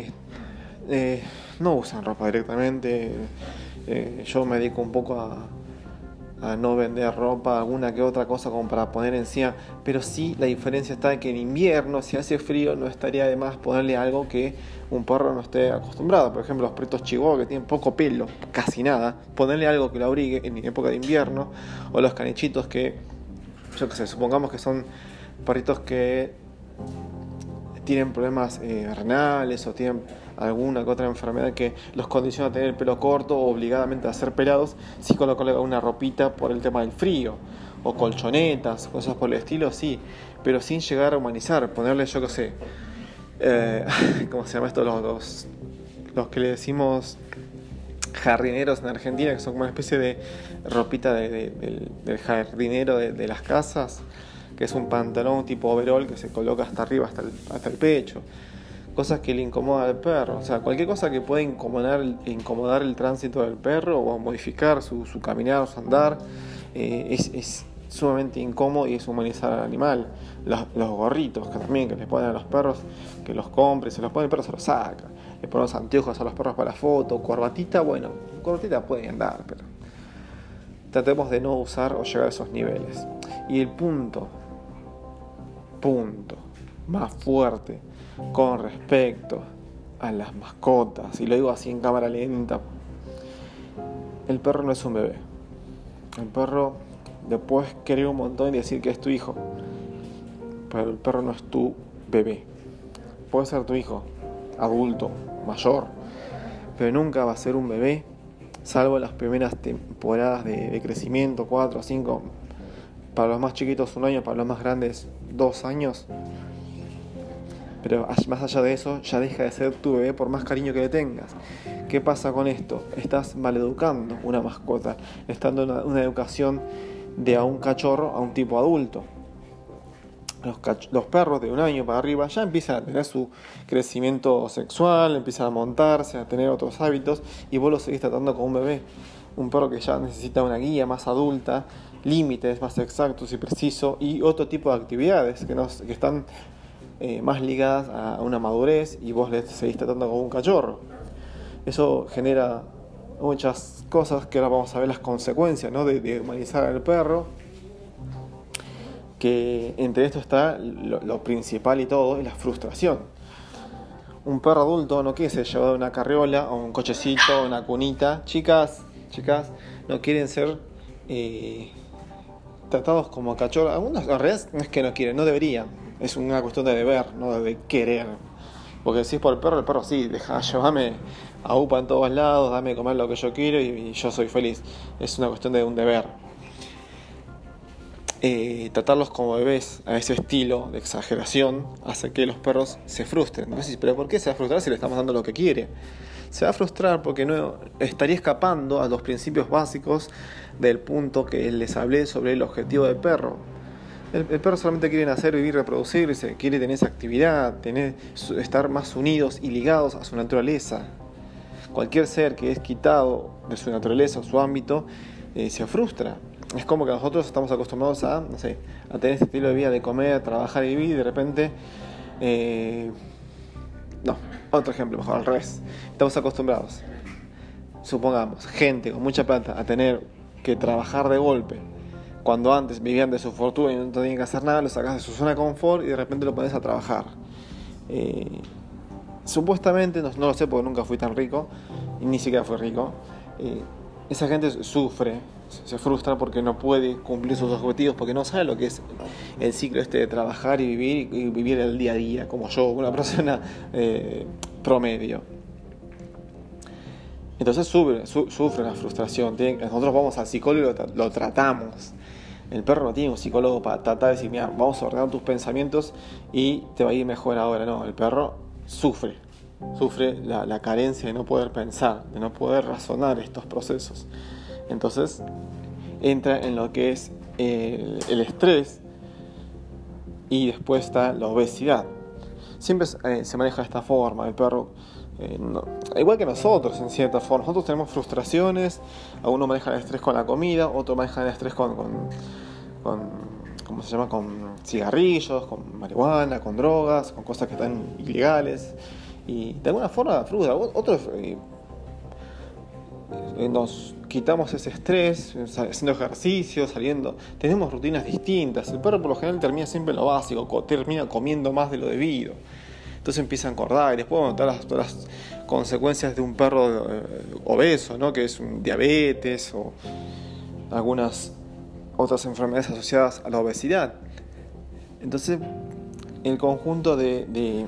No usan ropa directamente. Yo me dedico un poco a no vender ropa, alguna que otra cosa como para poner encima, pero sí la diferencia está en que en invierno, si hace frío, no estaría de más ponerle algo que un perro no esté acostumbrado. Por ejemplo, los perritos chihuahua que tienen poco pelo, casi nada, ponerle algo que lo abrigue en época de invierno, o los canichitos que, yo qué sé, supongamos que son perritos que tienen problemas renales o tienen alguna que otra enfermedad que los condiciona a tener el pelo corto o obligadamente a ser pelados, sí colocarle una ropita por el tema del frío, o colchonetas, cosas por el estilo, sí, pero sin llegar a humanizar, ponerle, yo qué sé, ¿cómo se llama esto? Los que le decimos jardineros en Argentina, que son como una especie de ropita del jardinero de las casas, que es un pantalón tipo overol que se coloca hasta arriba, hasta el pecho. Cosas que le incomodan al perro, o sea, cualquier cosa que pueda incomodar el tránsito del perro o modificar su caminar, su andar, es sumamente incómodo y es humanizar al animal. Los gorritos que también que les ponen a los perros, que los compre, se los pone el perro, se los saca. Le ponen los anteojos a los perros para la foto, corbatita, bueno, corbatita puede andar, pero tratemos de no usar o llegar a esos niveles. Y el punto más fuerte con respecto a las mascotas, y lo digo así en cámara lenta, el perro no es un bebé. El perro le puedes querer un montón y decir que es tu hijo, pero el perro no es tu bebé. Puede ser tu hijo adulto, mayor, pero nunca va a ser un bebé, salvo las primeras temporadas de crecimiento, 4 o 5, para los más chiquitos 1 año, para los más grandes 2 años. Pero más allá de eso, ya deja de ser tu bebé por más cariño que le tengas. ¿Qué pasa con esto? Estás maleducando una mascota, estás dando una educación de a un cachorro a un tipo adulto. Los perros de 1 año para arriba ya empiezan a tener su crecimiento sexual, empiezan a montarse, a tener otros hábitos, y vos lo seguís tratando como un bebé. Un perro que ya necesita una guía más adulta, límites más exactos y precisos, y otro tipo de actividades que están más ligadas a una madurez, y vos le seguís tratando como un cachorro. Eso genera muchas cosas que ahora vamos a ver las consecuencias, ¿no? de humanizar al perro, que entre esto está lo principal y todo, es la frustración. Un perro adulto no quiere ser llevado en una carriola o un cochecito, una cunita. Chicas, no quieren ser tratados como cachorros. Algunos en realidad no es que no quieren, no deberían. Es una cuestión de deber, no de querer. Porque si es por el perro sí, llévame a UPA en todos lados, dame a comer lo que yo quiero y yo soy feliz. Es una cuestión de un deber. Tratarlos como bebés a ese estilo de exageración hace que los perros se frustren. Entonces, ¿pero por qué se va a frustrar si le estamos dando lo que quiere? Se va a frustrar porque no estaría escapando a los principios básicos del punto que les hablé sobre el objetivo del perro. El perro solamente quiere nacer, vivir, reproducirse, quiere tener esa actividad, estar más unidos y ligados a su naturaleza. Cualquier ser que es quitado de su naturaleza o su ámbito se frustra. Es como que nosotros estamos acostumbrados a, no sé, a tener este estilo de vida de comer, trabajar y vivir, y de repente... no, otro ejemplo, mejor al revés. Estamos acostumbrados, supongamos, gente con mucha plata a tener que trabajar de golpe. Cuando antes vivían de su fortuna y no tenían que hacer nada, lo sacas de su zona de confort y de repente lo pones a trabajar. Supuestamente, no lo sé porque nunca fui tan rico, y ni siquiera fui rico, esa gente sufre, se frustra porque no puede cumplir sus objetivos, porque no sabe lo que es el ciclo de trabajar y vivir el día a día, como yo, una persona promedio. Entonces sufre la frustración. Nosotros vamos al psicólogo y lo tratamos. El perro no tiene un psicólogo para tratar de decir, mira, vamos a ordenar tus pensamientos y te va a ir mejor ahora. No, el perro sufre la carencia de no poder pensar, de no poder razonar estos procesos. Entonces entra en lo que es el estrés, y después está la obesidad. Siempre se maneja de esta forma. El perro, igual que nosotros en cierta forma, nosotros tenemos frustraciones. Algunos manejan el estrés con la comida, otros manejan el estrés con ¿cómo se llama? Con cigarrillos, con marihuana, con drogas, con cosas que están ilegales, y de alguna forma frustran. Otros nos quitamos ese estrés haciendo ejercicio, saliendo. Tenemos rutinas distintas. El perro por lo general termina siempre en lo básico, termina comiendo más de lo debido, entonces empieza a engordar. Y después, bueno, todas las consecuencias de un perro obeso, ¿no? Que es un diabetes o algunas otras enfermedades asociadas a la obesidad. Entonces el conjunto de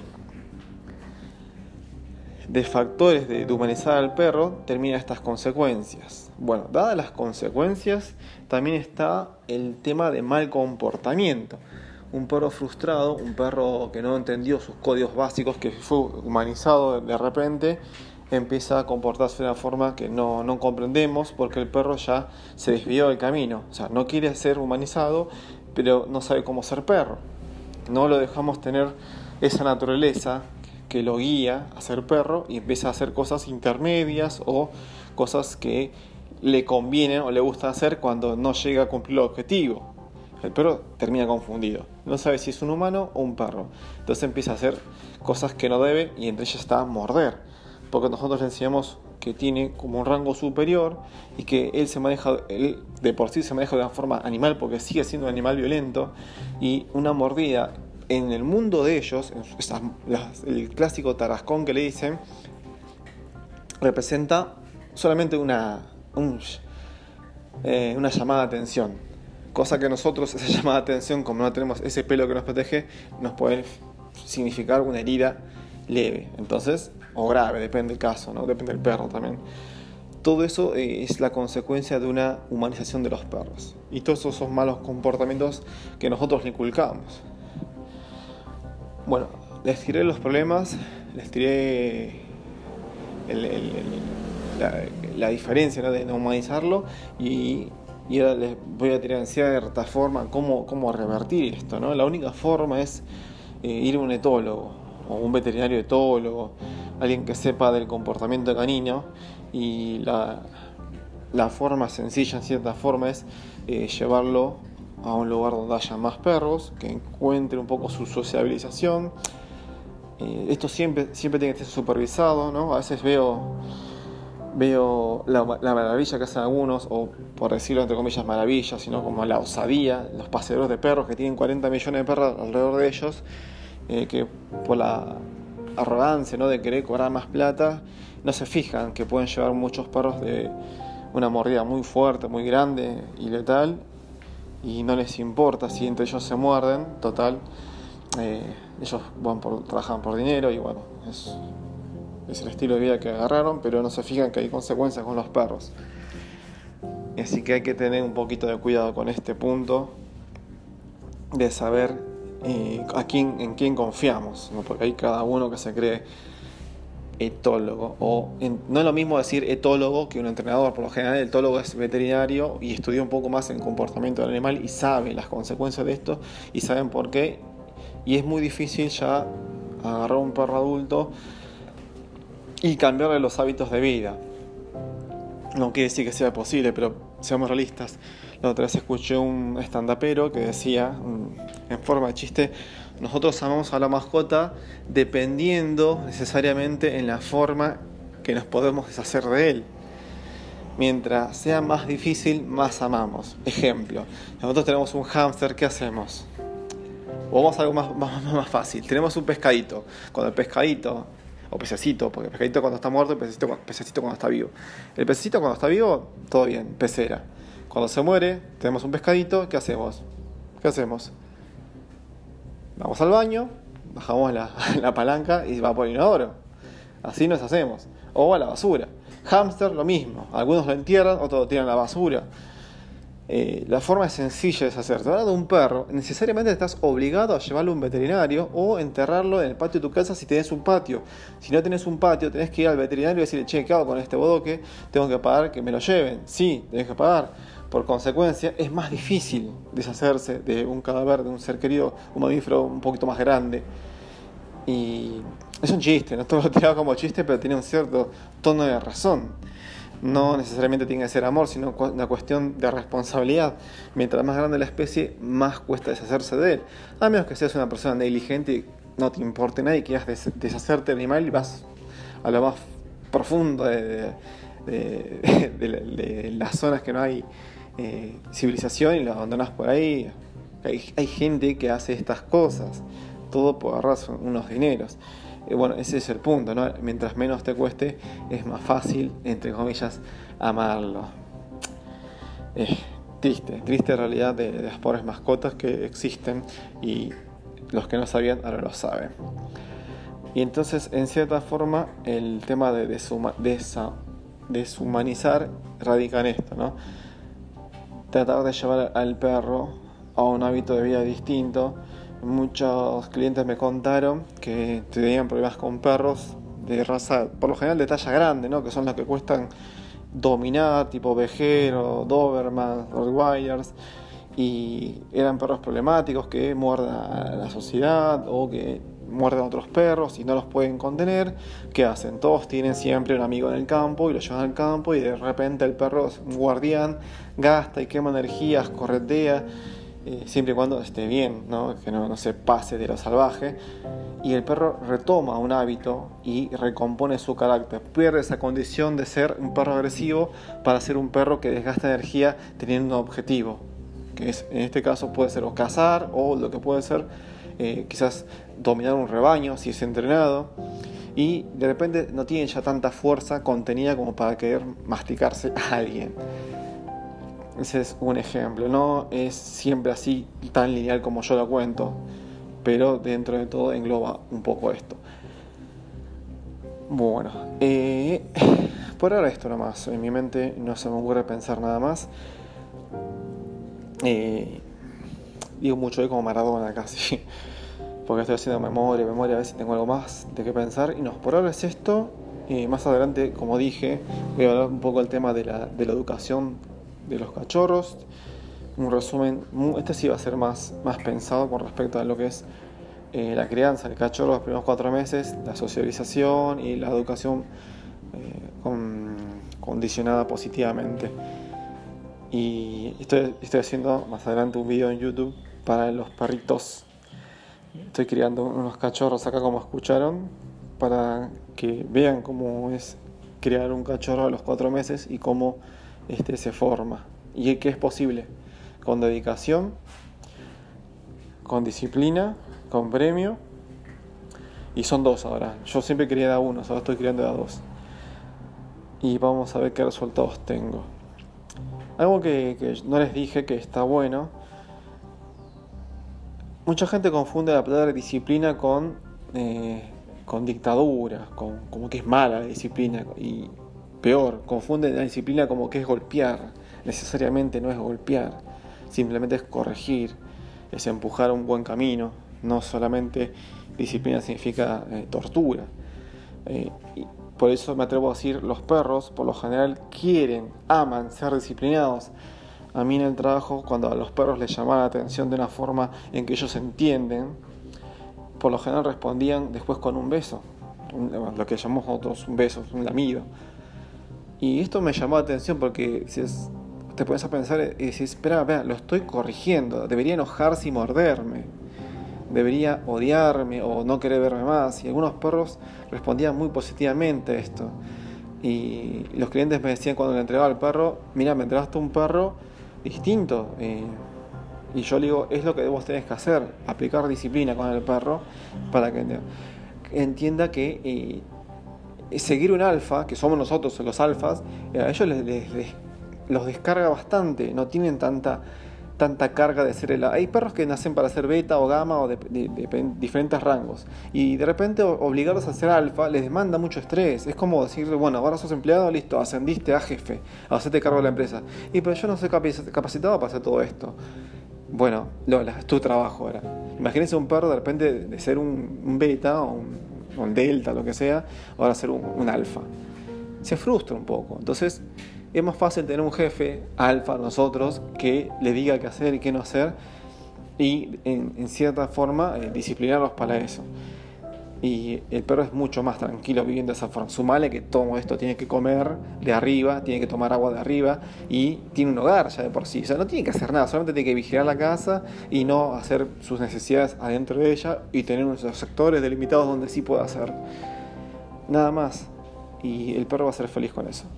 factores de humanizar al perro termina estas consecuencias. Bueno, dadas las consecuencias, también está el tema de mal comportamiento. Un perro frustrado, un perro que no entendió sus códigos básicos, que fue humanizado de repente, empieza a comportarse de una forma que no comprendemos, porque el perro ya se desvió del camino. O sea, no quiere ser humanizado, pero no sabe cómo ser perro. No lo dejamos tener esa naturaleza que lo guía a ser perro, y empieza a hacer cosas intermedias o cosas que le convienen o le gusta hacer cuando no llega a cumplir el objetivo. El perro termina confundido, no sabe si es un humano o un perro. Entonces empieza a hacer cosas que no debe, y entre ellas está morder, porque nosotros le enseñamos que tiene como un rango superior y que él de por sí se maneja de una forma animal, porque sigue siendo un animal violento, y una mordida en el mundo de ellos, el clásico tarascón que le dicen, representa solamente una llamada de atención, cosa que nosotros, esa llamada de atención, como no tenemos ese pelo que nos protege, nos puede significar una herida leve, entonces, o grave, depende del caso, ¿no? Depende del perro también. Todo eso es la consecuencia de una humanización de los perros, y todos esos son malos comportamientos que nosotros le inculcamos. Bueno, les tiré los problemas, les tiré la diferencia, ¿no? De no humanizarlo, y ahora les voy a tirar en cierta forma cómo revertir esto, ¿no? La única forma es ir a un etólogo o un veterinario etólogo, alguien que sepa del comportamiento canino, y la forma sencilla en cierta forma es llevarlo a un lugar donde haya más perros, que encuentre un poco su sociabilización. Esto siempre tiene que estar supervisado, ¿no? A veces veo la maravilla que hacen algunos, o por decirlo entre comillas maravilla, sino como la osadía, los paseadores de perros que tienen 40 millones de perros alrededor de ellos, que por la arrogancia, ¿no? De querer cobrar más plata, no se fijan que pueden llevar muchos perros de una mordida muy fuerte, muy grande y letal, y no les importa si entre ellos se muerden. Total, ellos trabajan por dinero, y bueno, es el estilo de vida que agarraron, pero no se fijan que hay consecuencias con los perros. Así que hay que tener un poquito de cuidado con este punto de saber en quién confiamos, ¿no? Porque hay cada uno que se cree etólogo. No es lo mismo decir etólogo que un entrenador. Por lo general el etólogo es veterinario y estudia un poco más el comportamiento del animal y sabe las consecuencias de esto y saben por qué. Y es muy difícil ya agarrar un perro adulto y cambiarle los hábitos de vida. No quiere decir que sea posible, pero seamos realistas. La otra vez escuché un stand-upero que decía, en forma de chiste, nosotros amamos a la mascota dependiendo necesariamente en la forma que nos podemos deshacer de él. Mientras sea más difícil, más amamos. Ejemplo, nosotros tenemos un hámster, ¿qué hacemos? O vamos a algo más fácil. Tenemos un pescadito. Cuando el pescadito, o pececito, porque el pescadito cuando está muerto, el pececito cuando está vivo. El pececito cuando está vivo, todo bien, pecera. Cuando se muere, tenemos un pescadito, ¿qué hacemos? Vamos al baño, bajamos la palanca y va por el inodoro. Así nos hacemos. O a la basura. Hámster, lo mismo. Algunos lo entierran, otros lo tiran a la basura. La forma es sencilla de deshacerte. Ahora de un perro, necesariamente estás obligado a llevarlo a un veterinario o enterrarlo en el patio de tu casa si tenés un patio. Si no tenés un patio, tenés que ir al veterinario y decirle, che, ¿qué hago con este bodoque? Tengo que pagar que me lo lleven. Sí, tenés que pagar. Por consecuencia, es más difícil deshacerse de un cadáver, de un ser querido, un mamífero un poquito más grande. Y es un chiste, no todo lo tirado como chiste, pero tiene un cierto tono de razón. No necesariamente tiene que ser amor, sino una cuestión de responsabilidad. Mientras más grande la especie, más cuesta deshacerse de él. A menos que seas una persona negligente y no te importe nada y quieras deshacerte del animal y vas a lo más profundo de las zonas que no hay civilización y lo abandonas por ahí. Hay gente que hace estas cosas, todo por ahorrar unos dineros. Bueno, ese es el punto, ¿no? Mientras menos te cueste, es más fácil, entre comillas, amarlo. Triste realidad de las pobres mascotas que existen y los que no sabían ahora lo saben. Y entonces, en cierta forma, el tema de deshumanizar radica en esto, ¿no? Tratar de llevar al perro a un hábito de vida distinto. Muchos clientes me contaron que tenían problemas con perros de raza, por lo general de talla grande, ¿no? Que son los que cuestan dominar, tipo Vejero, Doberman, Rottweilers, y eran perros problemáticos que muerden a la sociedad o que muerden a otros perros y no los pueden contener. ¿Qué hacen? Todos tienen siempre un amigo en el campo y lo llevan al campo y de repente el perro es un guardián, gasta y quema energías, corretea. Siempre y cuando esté bien, ¿no? Que no se pase de lo salvaje, y el perro retoma un hábito y recompone su carácter, pierde esa condición de ser un perro agresivo para ser un perro que desgasta energía teniendo un objetivo, que es, en este caso puede ser o cazar o lo que puede ser quizás dominar un rebaño si es entrenado, y de repente no tiene ya tanta fuerza contenida como para querer masticarse a alguien. Ese es un ejemplo, no es siempre así tan lineal como yo lo cuento, pero dentro de todo engloba un poco esto. Bueno, por ahora esto nomás, en mi mente no se me ocurre pensar nada más. Digo mucho hoy como Maradona casi, porque estoy haciendo memoria, a ver si tengo algo más de qué pensar. Y no, por ahora es esto. Más adelante, como dije, voy a hablar un poco del tema de la educación de los cachorros. Un resumen, este sí va a ser más pensado con respecto a lo que es la crianza del cachorro los primeros 4 meses, la socialización y la educación condicionada positivamente. Y estoy haciendo más adelante un video en YouTube para los perritos. Estoy criando unos cachorros acá, como escucharon, para que vean cómo es criar un cachorro a los 4 meses y cómo se forma y que es posible con dedicación, con disciplina, con premio. Y son 2 ahora. Yo siempre quería dar 1, ahora estoy criando de a 2. Y vamos a ver qué resultados tengo. Algo que no les dije que está bueno. Mucha gente confunde la palabra disciplina con dictadura, como que es mala la disciplina. Y peor, confunden la disciplina como que es golpear. Necesariamente no es golpear, simplemente es corregir, es empujar a un buen camino. No solamente disciplina significa tortura. Y por eso me atrevo a decir, los perros por lo general aman ser disciplinados. A mí en el trabajo, cuando a los perros les llamaba la atención de una forma en que ellos entienden, por lo general respondían después con un beso, lo que llamamos nosotros un beso, un lamido. Y esto me llamó la atención porque te pones a pensar y decís, espera, lo estoy corrigiendo, debería enojarse y morderme, debería odiarme o no querer verme más. Y algunos perros respondían muy positivamente a esto. Y los clientes me decían cuando le entregaba al perro, mira, me entregaste un perro distinto. Y yo le digo, es lo que vos tenés que hacer, aplicar disciplina con el perro para que entienda que seguir un alfa, que somos nosotros los alfas, a ellos los descarga bastante, no tienen tanta carga de ser hay perros que nacen para ser beta o gamma o de diferentes rangos, y de repente obligarlos a ser alfa les demanda mucho estrés. Es como decirle, bueno, ahora sos empleado, listo, ascendiste a jefe, hacete cargo de la empresa, pero yo no soy capacitado para hacer todo esto. Bueno, Lola, es tu trabajo ahora. Imagínense un perro de repente de ser un beta o un delta, lo que sea, ahora ser un alfa. Se frustra un poco. Entonces es más fácil tener un jefe alfa, nosotros, que le diga qué hacer y qué no hacer, y en cierta forma disciplinarlos para eso. Y el perro es mucho más tranquilo viviendo de esa forma. Sumale que todo esto tiene que comer de arriba, tiene que tomar agua de arriba y tiene un hogar ya de por sí. O sea, no tiene que hacer nada, solamente tiene que vigilar la casa y no hacer sus necesidades adentro de ella y tener unos sectores delimitados donde sí puede hacer. Nada más. Y el perro va a ser feliz con eso.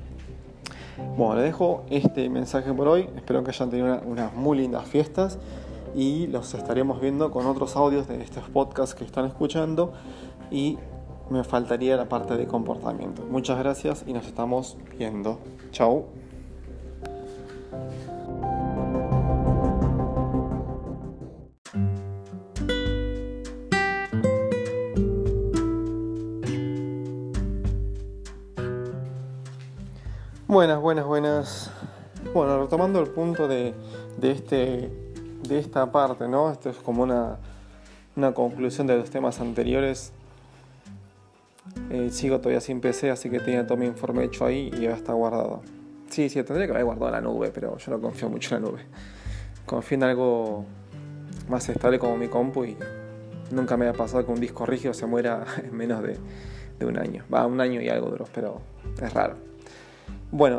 Bueno, les dejo este mensaje por hoy. Espero que hayan tenido unas muy lindas fiestas. Y los estaremos viendo con otros audios de estos podcasts que están escuchando, y me faltaría la parte de comportamiento. Muchas gracias y nos estamos viendo. Chau. Buenas. Bueno, retomando el punto de esta parte, ¿no? Esto es como una conclusión de los temas anteriores. Sigo todavía sin PC, así que tenía todo mi informe hecho ahí y ya está guardado. Sí, tendría que haber guardado en la nube, pero yo no confío mucho en la nube. Confío en algo más estable como mi compu, y nunca me ha pasado que un disco rígido se muera en menos de un año. Un año y algo duró, pero es raro. Bueno,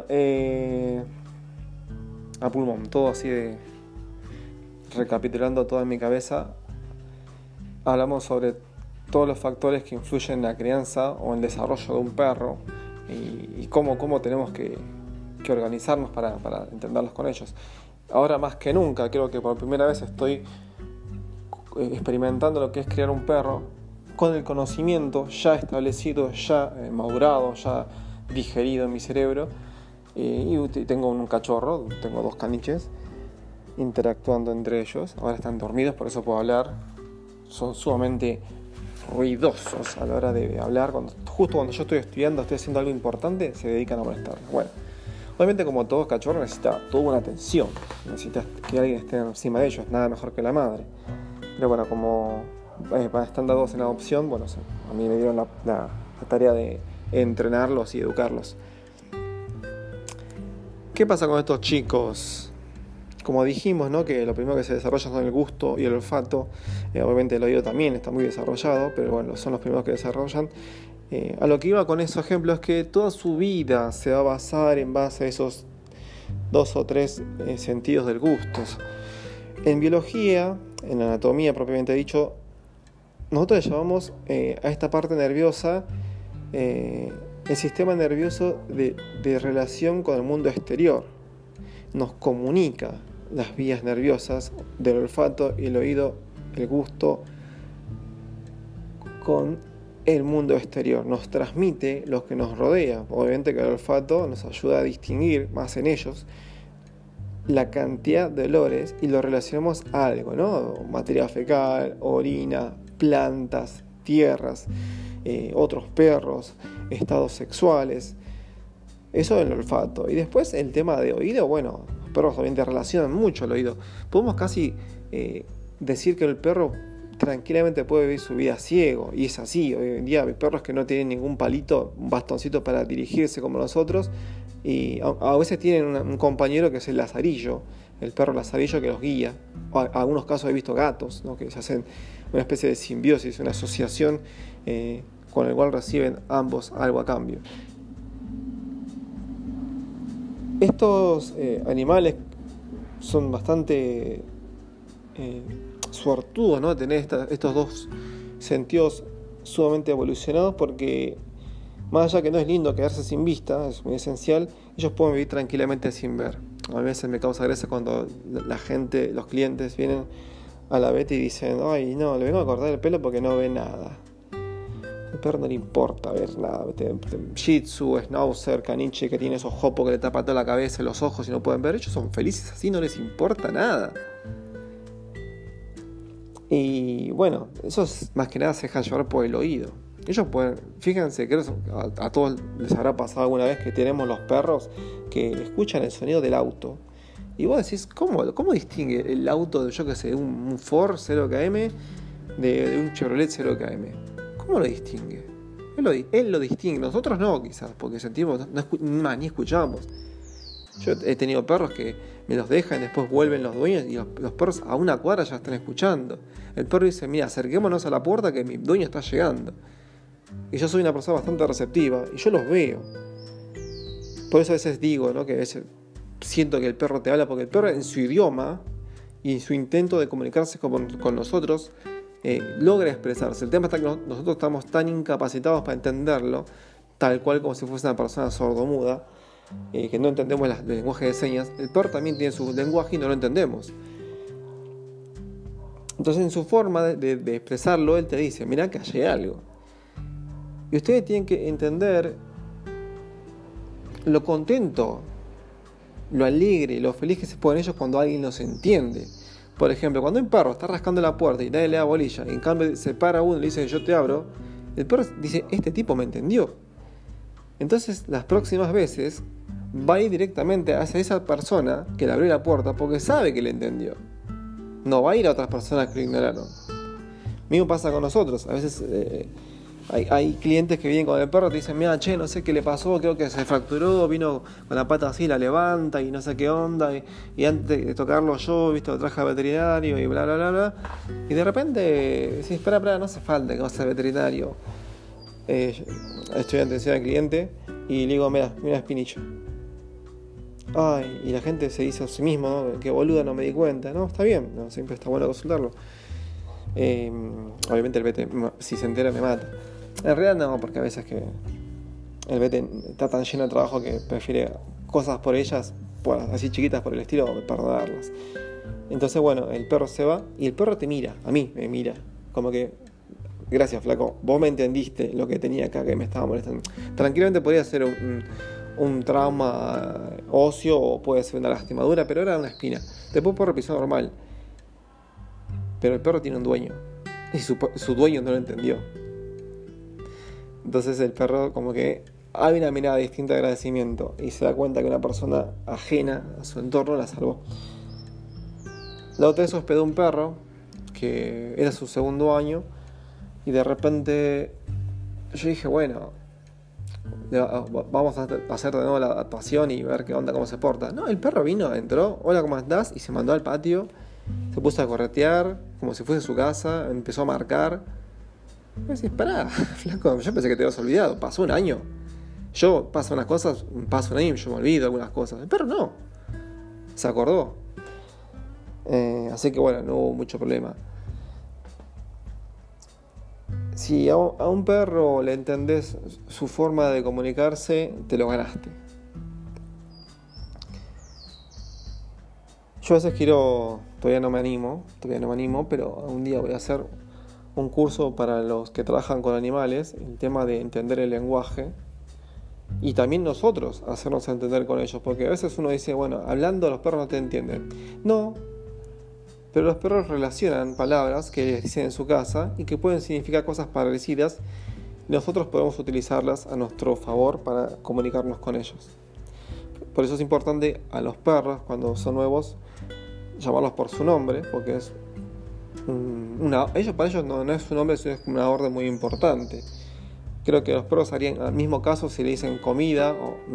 a pulmón, todo así de... Recapitulando todo en mi cabeza, hablamos sobre todos los factores que influyen en la crianza o en el desarrollo de un perro, y cómo tenemos que organizarnos para entenderlos con ellos. Ahora más que nunca, creo que por primera vez estoy experimentando lo que es criar un perro con el conocimiento ya establecido, ya madurado, ya digerido en mi cerebro. Y tengo un cachorro, tengo 2 caniches interactuando entre ellos. Ahora están dormidos, por eso puedo hablar. Son sumamente ruidosos a la hora de hablar. Justo cuando yo estoy estudiando, estoy haciendo algo importante, se dedican a molestar. Bueno, obviamente como todo cachorro necesita toda una atención, necesita que alguien esté encima de ellos, nada mejor que la madre. Pero bueno, como están dados en adopción, bueno, a mí me dieron la tarea de entrenarlos y educarlos. ¿Qué pasa con estos chicos? Como dijimos, ¿no? Que lo primero que se desarrolla son el gusto y el olfato. Obviamente el oído también está muy desarrollado, pero bueno, son los primeros que desarrollan. A lo que iba con esos ejemplos es que toda su vida se va a basar en base a esos 2 o 3 sentidos del gusto. En biología, en anatomía propiamente dicho, nosotros le llamamos a esta parte nerviosa el sistema nervioso de relación con el mundo exterior. Nos comunica las vías nerviosas del olfato y el oído, el gusto, con el mundo exterior. Nos transmite lo que nos rodea. Obviamente que el olfato nos ayuda a distinguir más en ellos la cantidad de olores y lo relacionamos a algo, ¿no? Materia fecal, orina, plantas, tierras, otros perros, estados sexuales. Eso es el olfato. Y después el tema de oído, bueno, los perros obviamente relacionan mucho el oído. Podemos casi decir que el perro tranquilamente puede vivir su vida ciego, y es así. Hoy en día hay perros que no tienen ningún palito, un bastoncito para dirigirse como nosotros, y a veces tienen un compañero que es el lazarillo, el perro lazarillo que los guía. En algunos casos he visto gatos, ¿no?, que se hacen una especie de simbiosis, una asociación con el cual reciben ambos algo a cambio. Estos animales son bastante suertudos, ¿no?, de tener estos dos sentidos sumamente evolucionados, porque más allá que no es lindo quedarse sin vista, es muy esencial, ellos pueden vivir tranquilamente sin ver. A veces me causa gracia cuando la gente, los clientes vienen a la vet y dicen: ay, no, le vengo a cortar el pelo porque no ve nada. Al perro no le importa ver nada. Shih Tzu, Schnauzer, caniche que tiene esos jopos que le tapa toda la cabeza, los ojos y no pueden ver, ellos son felices así, no les importa nada. Y bueno, esos más que nada se dejan llevar por el oído. Ellos pueden, fíjense que a todos les habrá pasado alguna vez que tenemos los perros que escuchan el sonido del auto. Y vos decís, ¿cómo distingue el auto de, yo qué sé, un Ford 0km de un Chevrolet 0km? ¿Cómo lo distingue? Él lo distingue, nosotros no, quizás, porque sentimos, ni escuchamos. Yo he tenido perros que me los dejan y después vuelven los dueños y los perros a una cuadra ya están escuchando. El perro dice: mira, acerquémonos a la puerta que mi dueño está llegando. Y yo soy una persona bastante receptiva y yo los veo. Por eso a veces digo, ¿no?, que a veces siento que el perro te habla, porque el perro en su idioma y en su intento de comunicarse con nosotros logra expresarse. El tema está que nosotros estamos tan incapacitados para entenderlo, tal cual como si fuese una persona sordomuda, que no entendemos el lenguaje de señas. El perro también tiene su lenguaje y no lo entendemos. Entonces, en su forma de expresarlo, él te dice: mirá que hay algo. Y ustedes tienen que entender lo contento, lo alegre, lo feliz que se ponen ellos cuando alguien los entiende. Por ejemplo, cuando un perro está rascando la puerta y nadie le da bolilla, y en cambio se para uno y le dice: yo te abro, el perro dice: este tipo me entendió. Entonces, las próximas veces va a ir directamente hacia esa persona que le abrió la puerta porque sabe que le entendió. No va a ir a otras personas que lo ignoraron. Mismo pasa con nosotros. A veces hay clientes que vienen con el perro y te dicen: mira, che, no sé qué le pasó, creo que se fracturó, vino con la pata así, la levanta y no sé qué onda, y antes de tocarlo yo, viste, lo traje al veterinario y bla, bla, bla, bla. Y de repente decís: espera, no hace falta que vayas al veterinario. Estoy en atención al cliente y le digo: mira espinillo. Ay, y la gente se dice a sí mismo, ¿no?, qué boluda, no me di cuenta. No, está bien, no, siempre está bueno consultarlo. Obviamente el vete, si se entera, me mata. En realidad no, porque a veces que el vete está tan lleno de trabajo que prefiere cosas por ellas, así chiquitas por el estilo, perdonarlas. Entonces, bueno, el perro se va y el perro te mira, a mí me mira, como que: gracias, flaco, vos me entendiste lo que tenía acá, que me estaba molestando. Tranquilamente podría ser un trauma óseo o puede ser una lastimadura, pero era una espina. Después puede pisar normal. Pero el perro tiene un dueño y su dueño no lo entendió. Entonces el perro como que hay una mirada distinta de agradecimiento y se da cuenta que una persona ajena a su entorno la salvó. La otra vez hospedó un perro que era su segundo año y de repente yo dije: bueno, vamos a hacer de nuevo la adaptación y ver qué onda, cómo se porta. No, el perro vino, entró: hola, ¿cómo andás? Y se mandó al patio, se puso a corretear como si fuese su casa, empezó a marcar. Y me decís: pará, flaco, yo pensé que te habías olvidado, pasó un año. Yo paso unas cosas, paso un año y yo me olvido algunas cosas. El perro no, se acordó. Así que bueno, no hubo mucho problema. Si a un perro le entendés su forma de comunicarse, te lo ganaste. Yo a veces todavía no me animo, pero un día voy a hacer un curso para los que trabajan con animales, el tema de entender el lenguaje, y también nosotros hacernos entender con ellos, porque a veces uno dice: bueno, hablando los perros no te entienden. No, pero los perros relacionan palabras que les dicen en su casa y que pueden significar cosas parecidas, y nosotros podemos utilizarlas a nuestro favor para comunicarnos con ellos. Por eso es importante a los perros, cuando son nuevos, llamarlos por su nombre, porque es para ellos no es un nombre, es una orden muy importante. Creo que los perros harían al mismo caso si le dicen comida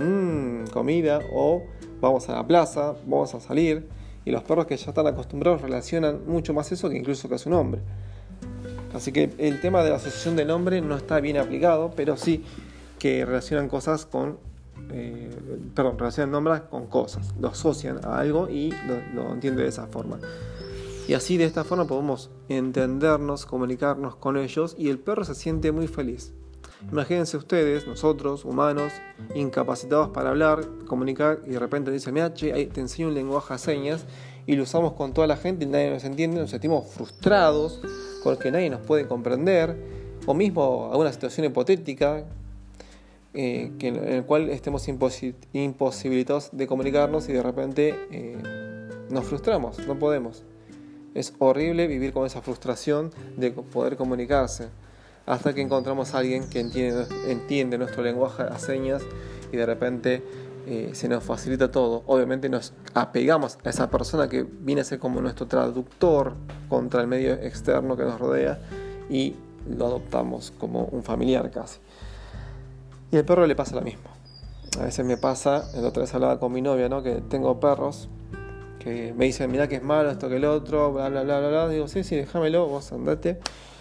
o vamos a la plaza, vamos a salir. Y los perros que ya están acostumbrados relacionan mucho más eso que incluso que a su nombre. Así que el tema de la asociación de nombre no está bien aplicado, pero sí que relacionan cosas relacionan nombres con cosas, lo asocian a algo y lo entienden de esa forma. Y así de esta forma podemos entendernos, comunicarnos con ellos y el perro se siente muy feliz. Imagínense ustedes, nosotros, humanos, incapacitados para hablar, comunicar y de repente dicen, mira, te enseño un lenguaje a señas y lo usamos con toda la gente y nadie nos entiende, nos sentimos frustrados porque nadie nos puede comprender, o mismo alguna situación hipotética en el cual estemos imposibilitados de comunicarnos y de repente nos frustramos, no podemos. Es horrible vivir con esa frustración de poder comunicarse, hasta que encontramos a alguien que entiende nuestro lenguaje a señas y de repente se nos facilita todo. Obviamente nos apegamos a esa persona que viene a ser como nuestro traductor contra el medio externo que nos rodea y lo adoptamos como un familiar casi. Y al perro le pasa lo mismo. A veces me pasa, la otra vez hablaba con mi novia, ¿no? Que tengo perros que me dicen, mirá que es malo esto que el otro, bla bla bla bla bla. Digo, sí, déjamelo, vos andate.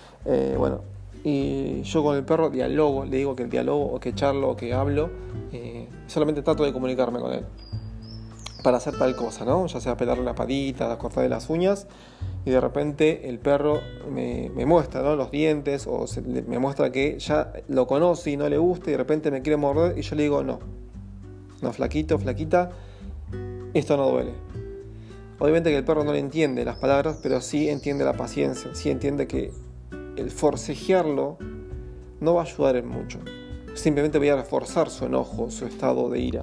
Y yo con el perro dialogo, le digo que dialogo o que charlo o que hablo, solamente trato de comunicarme con él para hacer tal cosa, ¿no? Ya sea pelarle la patita, cortarle las uñas y de repente el perro me muestra, ¿no? Los dientes o me muestra que ya lo conoce y no le gusta y de repente me quiere morder y yo le digo no, flaquito, flaquita, esto no duele. Obviamente que el perro no le entiende las palabras, pero sí entiende la paciencia, sí entiende que el forcejearlo no va a ayudar en mucho. Simplemente voy a reforzar su enojo, su estado de ira.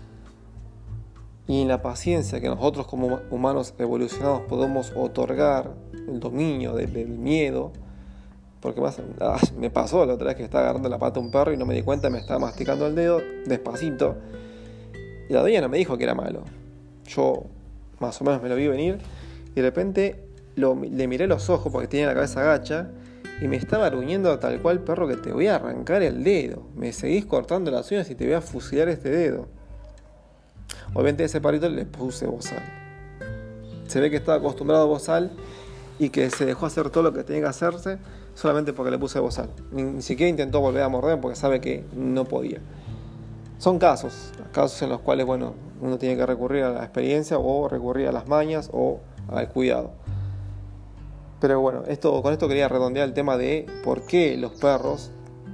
Y en la paciencia que nosotros como humanos evolucionados podemos otorgar, el dominio del miedo, porque me pasó la otra vez que estaba agarrando la pata a un perro y no me di cuenta, me estaba masticando el dedo despacito. Y la dueña no me dijo que era malo. Yo más o menos me lo vi venir y de repente le miré los ojos porque tenía la cabeza agacha y me estaba gruñendo tal cual, perro, que te voy a arrancar el dedo, me seguís cortando las uñas y te voy a fusilar este dedo. Obviamente a ese perrito le puse bozal. Se ve que estaba acostumbrado a bozal y que se dejó hacer todo lo que tenía que hacerse solamente porque le puse bozal. Ni siquiera intentó volver a morder porque sabe que no podía. Son casos en los cuales, uno tiene que recurrir a la experiencia o recurrir a las mañas o al cuidado. Pero con esto quería redondear el tema de por qué los perros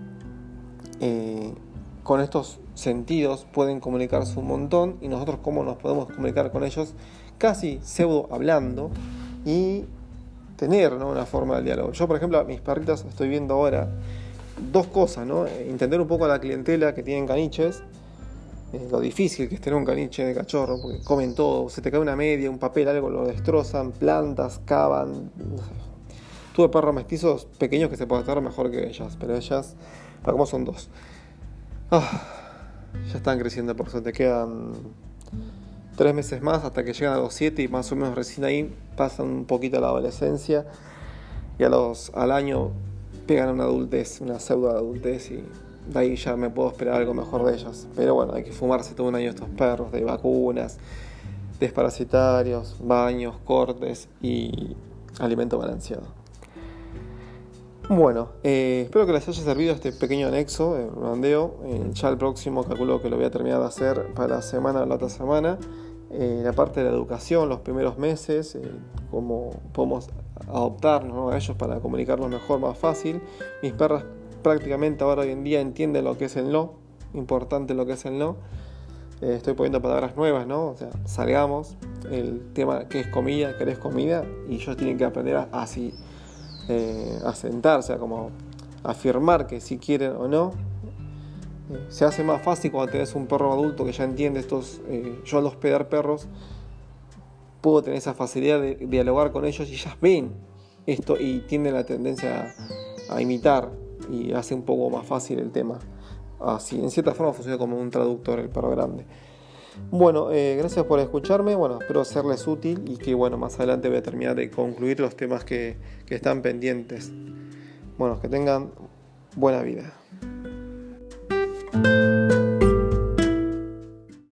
con estos sentidos pueden comunicarse un montón y nosotros cómo nos podemos comunicar con ellos casi pseudo hablando y tener, ¿no?, una forma de diálogo. Yo, por ejemplo, a mis perritas estoy viendo ahora dos cosas, ¿no? Entender un poco a la clientela que tienen caniches, lo difícil que es tener un caniche de cachorro, porque comen todo, se te cae una media, un papel, algo, lo destrozan, plantas, cavan. Tuve perros mestizos pequeños que se portaron mejor que ellas, pero ellas, para cómo son dos. Ya están creciendo, por suerte, quedan 3 meses más hasta que llegan a los 7 y más o menos recién ahí pasan un poquito a la adolescencia y al año pegan una adultez, una pseudo adultez y de ahí ya me puedo esperar algo mejor de ellas. Pero hay que fumarse todo un año estos perros de vacunas, desparasitarios, baños, cortes y alimento balanceado. Espero que les haya servido este pequeño anexo, el redondeo. Ya el próximo calculo que lo voy a terminar de hacer para la semana o la otra semana. La parte de la educación, los primeros meses, cómo podemos adoptarnos, ¿no?, a ellos para comunicarnos mejor, más fácil. Mis perras prácticamente ahora hoy en día entienden lo que es el no, importante lo que es el no. Estoy poniendo palabras nuevas, ¿no? O sea, salgamos, el tema que es comida, querés comida, y ellos tienen que aprender a sentarse, a como afirmar que si quieren o no. Se hace más fácil cuando tenés un perro adulto que ya entiende estos. Yo al hospedar perros puedo tener esa facilidad de dialogar con ellos y ellas ven esto y tienden la tendencia a imitar y hace un poco más fácil el tema. Así, en cierta forma funciona como un traductor el perro grande. Bueno, gracias por escucharme. Bueno, espero serles útil y que más adelante voy a terminar de concluir los temas que están pendientes. Bueno, que tengan buena vida.